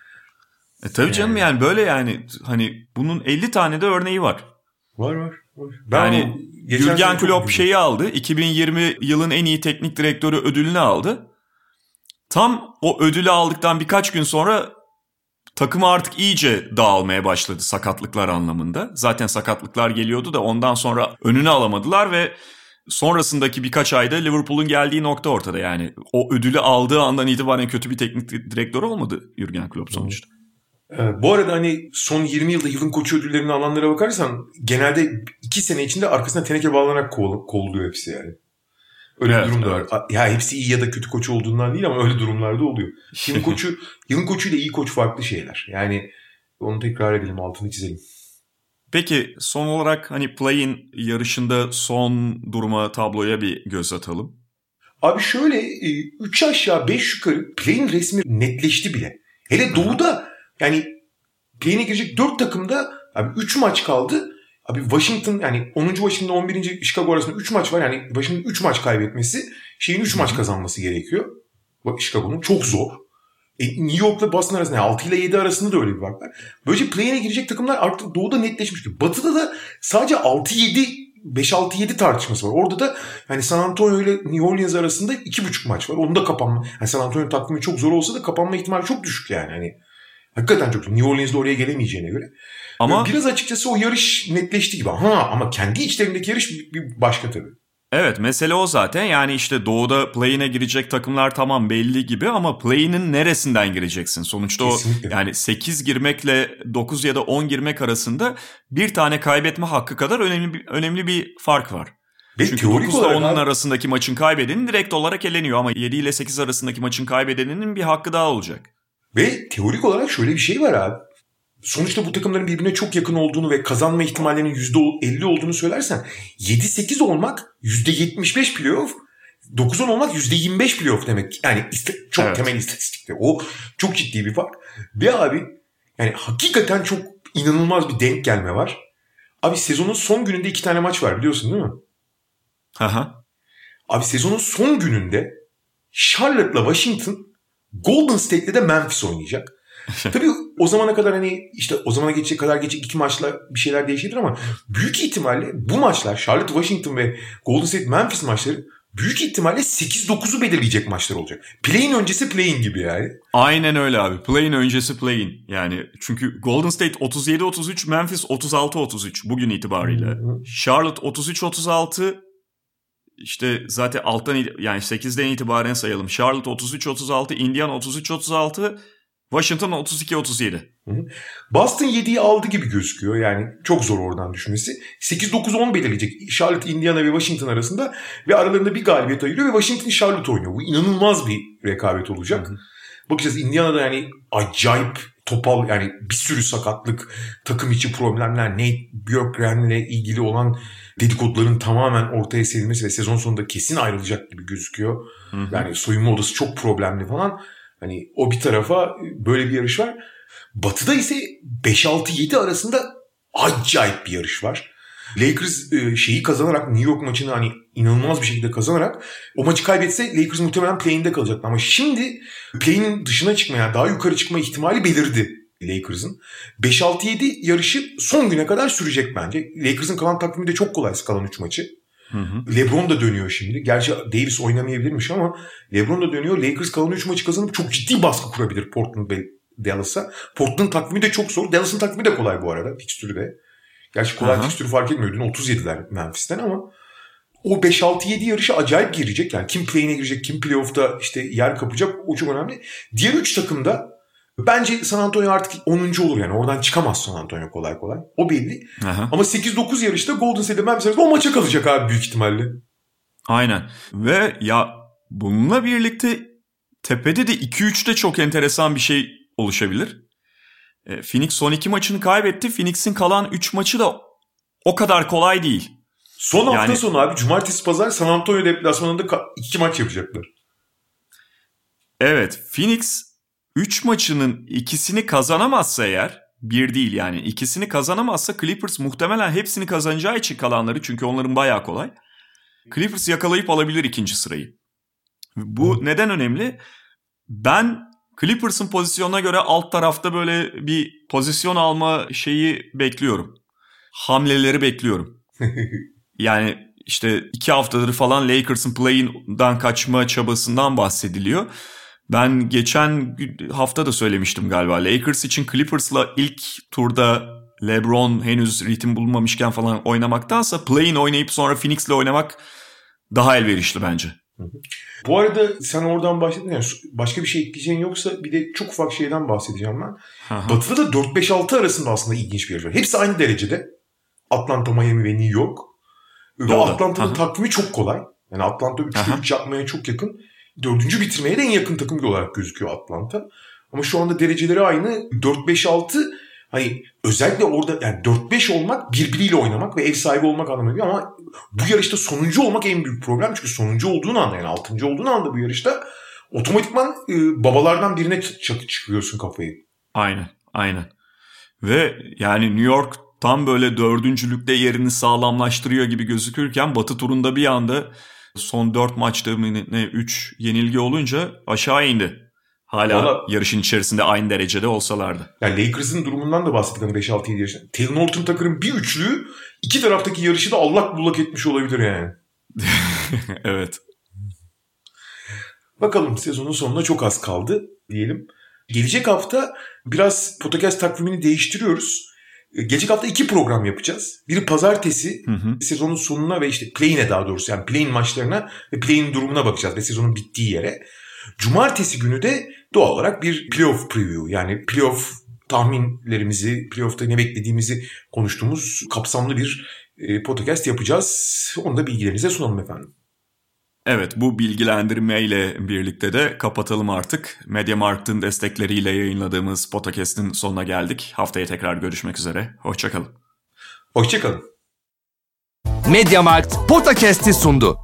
Tabii canım yani böyle yani hani bunun 50 tane de örneği var. Var. Yani Jürgen Klopp şeyi aldı. 2020 yılın en iyi teknik direktörü ödülünü aldı. Tam o ödülü aldıktan birkaç gün sonra takımı artık iyice dağılmaya başladı sakatlıklar anlamında. Zaten sakatlıklar geliyordu da ondan sonra önünü alamadılar ve sonrasındaki birkaç ayda Liverpool'un geldiği nokta ortada. Yani o ödülü aldığı andan itibaren kötü bir teknik direktör olmadı Jürgen Klopp sonuçta. Bu arada hani son 20 yılda yılın koçu ödüllerini alanlara bakarsan genelde 2 sene içinde arkasına teneke bağlanarak kovuluyor hepsi yani. Öyle bir durum da var. Ya hepsi iyi ya da kötü koç olduğundan değil ama öyle durumlarda oluyor. Yılın koçuyla iyi koç farklı şeyler. Yani onu tekrar edelim, altını çizelim. Peki son olarak hani play-in yarışında son duruma, tabloya bir göz atalım. Abi şöyle 3 aşağı 5 yukarı play-in resmi netleşti bile. Hele Doğu'da yani play-in'e girecek 4 takımda abi 3 maç kaldı. Abi Washington yani 10. Washington 11. Chicago arasında 3 maç var. Yani Washington 3 maç kaybetmesi, şeyin 3 maç kazanması gerekiyor. Bak Chicago'nun çok zor. New York'la Boston arasında yani 6 ile 7 arasında da öyle bir fark var. Böylece play-in'e girecek takımlar artık Doğu'da netleşmiş. Batı'da da sadece 6-7 5-6-7 tartışması var. Orada da hani San Antonio ile New Orleans arasında 2,5 maç var. Onun da kapanma. Yani San Antonio takvimi çok zor olsa da kapanma ihtimali çok düşük yani. Hani hakikaten çok. New Orleans'da oraya gelemeyeceğine göre. Ama biraz açıkçası o yarış netleşti gibi. Ama kendi içlerindeki yarış bir başka tabii. Evet, mesele o zaten. Yani işte doğuda play-in'e girecek takımlar tamam belli gibi ama play-in'in neresinden gireceksin? Sonuçta Kesinlikle. o yani 8 girmekle 9 ya da 10 girmek arasında bir tane kaybetme hakkı kadar önemli bir fark var. Ve Çünkü teorik 9 ile olarak 10'un abi, arasındaki maçın kaybedeni direkt olarak eleniyor ama 7 ile 8 arasındaki maçın kaybedeninin bir hakkı daha olacak. ve teorik olarak şöyle bir şey var abi. Sonuçta bu takımların birbirine çok yakın olduğunu ve kazanma ihtimallerinin %50 olduğunu söylersen 7-8 olmak %75 playoff, 9-10 olmak %25 playoff demek. Yani çok Evet. temel istatistikte. O çok ciddi bir fark. Ve abi yani hakikaten çok inanılmaz bir denk gelme var. Abi sezonun son gününde 2 tane maç var biliyorsun değil mi? Aha. Abi sezonun son gününde Charlotte'la Washington, Golden State'le de Memphis oynayacak. Tabii o zamana kadar hani işte o zamana geçecek 2 maçla bir şeyler değişebilir ama büyük ihtimalle bu maçlar Charlotte, Washington ve Golden State, Memphis maçları büyük ihtimalle 8-9'u belirleyecek maçlar olacak. Play-in öncesi play-in gibi yani. Aynen öyle abi. Play-in öncesi play-in. Yani çünkü Golden State 37-33, Memphis 36-33 bugün itibariyle. Charlotte 33-36. İşte zaten alttan yani 8'den itibaren sayalım. Charlotte 33-36, Indiana 33-36, Washington 32-37. Boston 7'yi aldı gibi gözüküyor. Yani çok zor oradan düşmesi. 8-9-10 belirleyecek. Charlotte, Indiana ve Washington arasında ve aralarında bir galibiyet ayırıyor ve Washington Charlotte oynuyor. Bu inanılmaz bir rekabet olacak. Bakacağız, Indiana'da yani acayip topal, yani bir sürü sakatlık, takım içi problemler, Nate Bjorkgren'le ilgili olan dedikoduların tamamen ortaya serilmesi ve sezon sonunda kesin ayrılacak gibi gözüküyor. Yani soyunma odası çok problemli falan. Hani o bir tarafa böyle bir yarış var. Batı'da ise 5-6-7 arasında acayip bir yarış var. Lakers şeyi kazanarak, New York maçını hani inanılmaz bir şekilde kazanarak o maçı kaybetse Lakers muhtemelen play-in'de kalacaktı. Ama şimdi play-in dışına çıkmaya, daha yukarı çıkma ihtimali belirdi Lakers'ın. 5-6-7 yarışı son güne kadar sürecek bence. Lakers'ın kalan takvimi de çok kolay, kalan 3 maçı. LeBron da dönüyor şimdi. Gerçi Davis oynamayabilirmiş ama LeBron da dönüyor. Lakers kalan 3 maçı kazanıp çok ciddi baskı kurabilir Portland ve Dallas'a. Portland'ın takvimi de çok zor. Dallas'ın takvimi de kolay bu arada. Fikstürü de. Gerçi kolay fikstürü fark etmiyor. Dün 37'ler Memphis'ten ama o 5-6-7 yarışı acayip girecek. Yani kim play-in'e girecek, kim playoff'ta işte yer kapacak, o çok önemli. Diğer 3 takım da bence San Antonio artık 10. olur yani. Oradan çıkamaz San Antonio kolay kolay. O belli. Ama 8-9 yarışta Golden State'de Memphis o maça kalacak abi büyük ihtimalle. Aynen. Ve ya bununla birlikte tepede de 2-3'te çok enteresan bir şey oluşabilir. Phoenix son 2 maçını kaybetti. Phoenix'in kalan 3 maçı da o kadar kolay değil. Son hafta sonu abi cumartesi pazar San Antonio deplasmanında 2 maç yapacaklar. Evet, Phoenix 3 maçının ikisini kazanamazsa eğer, bir değil yani ikisini kazanamazsa Clippers muhtemelen hepsini kazanacağı için kalanları, çünkü onların bayağı kolay. Clippers yakalayıp alabilir ikinci sırayı. Bu neden önemli? Ben Clippers'ın pozisyonuna göre alt tarafta böyle bir pozisyon alma şeyi bekliyorum. Hamleleri bekliyorum. Yani işte 2 haftadır falan Lakers'ın play-in'dan kaçma çabasından bahsediliyor. Ben geçen hafta da söylemiştim galiba. Lakers için Clippers'la ilk turda LeBron henüz ritim bulmamışken falan oynamaktansa play-in oynayıp sonra Phoenix'le oynamak daha elverişli bence. Bu arada sen oradan bahsettin, yani başka bir şey ekleyeceğin yoksa bir de çok ufak şeyden bahsedeceğim ben. Batı'da da 4-5-6 arasında aslında ilginç bir yarış var. Hepsi aynı derecede. Atlanta, Miami ve New York. Ve Atlanta'nın takvimi çok kolay. Yani Atlanta 3'te 3 yapmaya çok yakın. 4. bitirmeye de en yakın takım olarak gözüküyor Atlanta. Ama şu anda dereceleri aynı. 4-5-6 hani özellikle orada yani 4-5 olmak, birbiriyle oynamak ve ev sahibi olmak anlamına geliyor ama bu yarışta sonuncu olmak en büyük problem. Çünkü sonuncu olduğun anda, yani 6. olduğun anda bu yarışta otomatikman babalardan birine çıkıyorsun kafayı. Aynen. Ve yani New York tam böyle 4.lükte yerini sağlamlaştırıyor gibi gözükürken Batı turunda bir anda son 4 maçta 3 yenilgi olunca aşağı indi. Hala yarışın içerisinde aynı derecede olsalardı. Yani Lakers'ın durumundan da bahsettik hani 5-6-7 yarışında. Taylor Norton Tucker'ın bir üçlüğü iki taraftaki yarışı da allak bullak etmiş olabilir yani. Evet. Bakalım, sezonun sonuna çok az kaldı diyelim. Gelecek hafta biraz podcast takvimini değiştiriyoruz. Gelecek hafta 2 program yapacağız. Biri pazartesi sezonun sonuna ve işte play-in'e, daha doğrusu yani play-in maçlarına ve play-in durumuna bakacağız ve sezonun bittiği yere. Cumartesi günü de doğal olarak bir playoff preview, yani playoff tahminlerimizi, playoff'ta ne beklediğimizi konuştuğumuz kapsamlı bir podcast yapacağız. Onu da bilgilerinize sunalım efendim. Evet, bu bilgilendirmeyle birlikte de kapatalım artık. MediaMarkt'ın destekleriyle yayınladığımız podcast'in sonuna geldik. Haftaya tekrar görüşmek üzere. Hoşça kalın. Hoşça kalın. MediaMarkt Podcast'i sundu.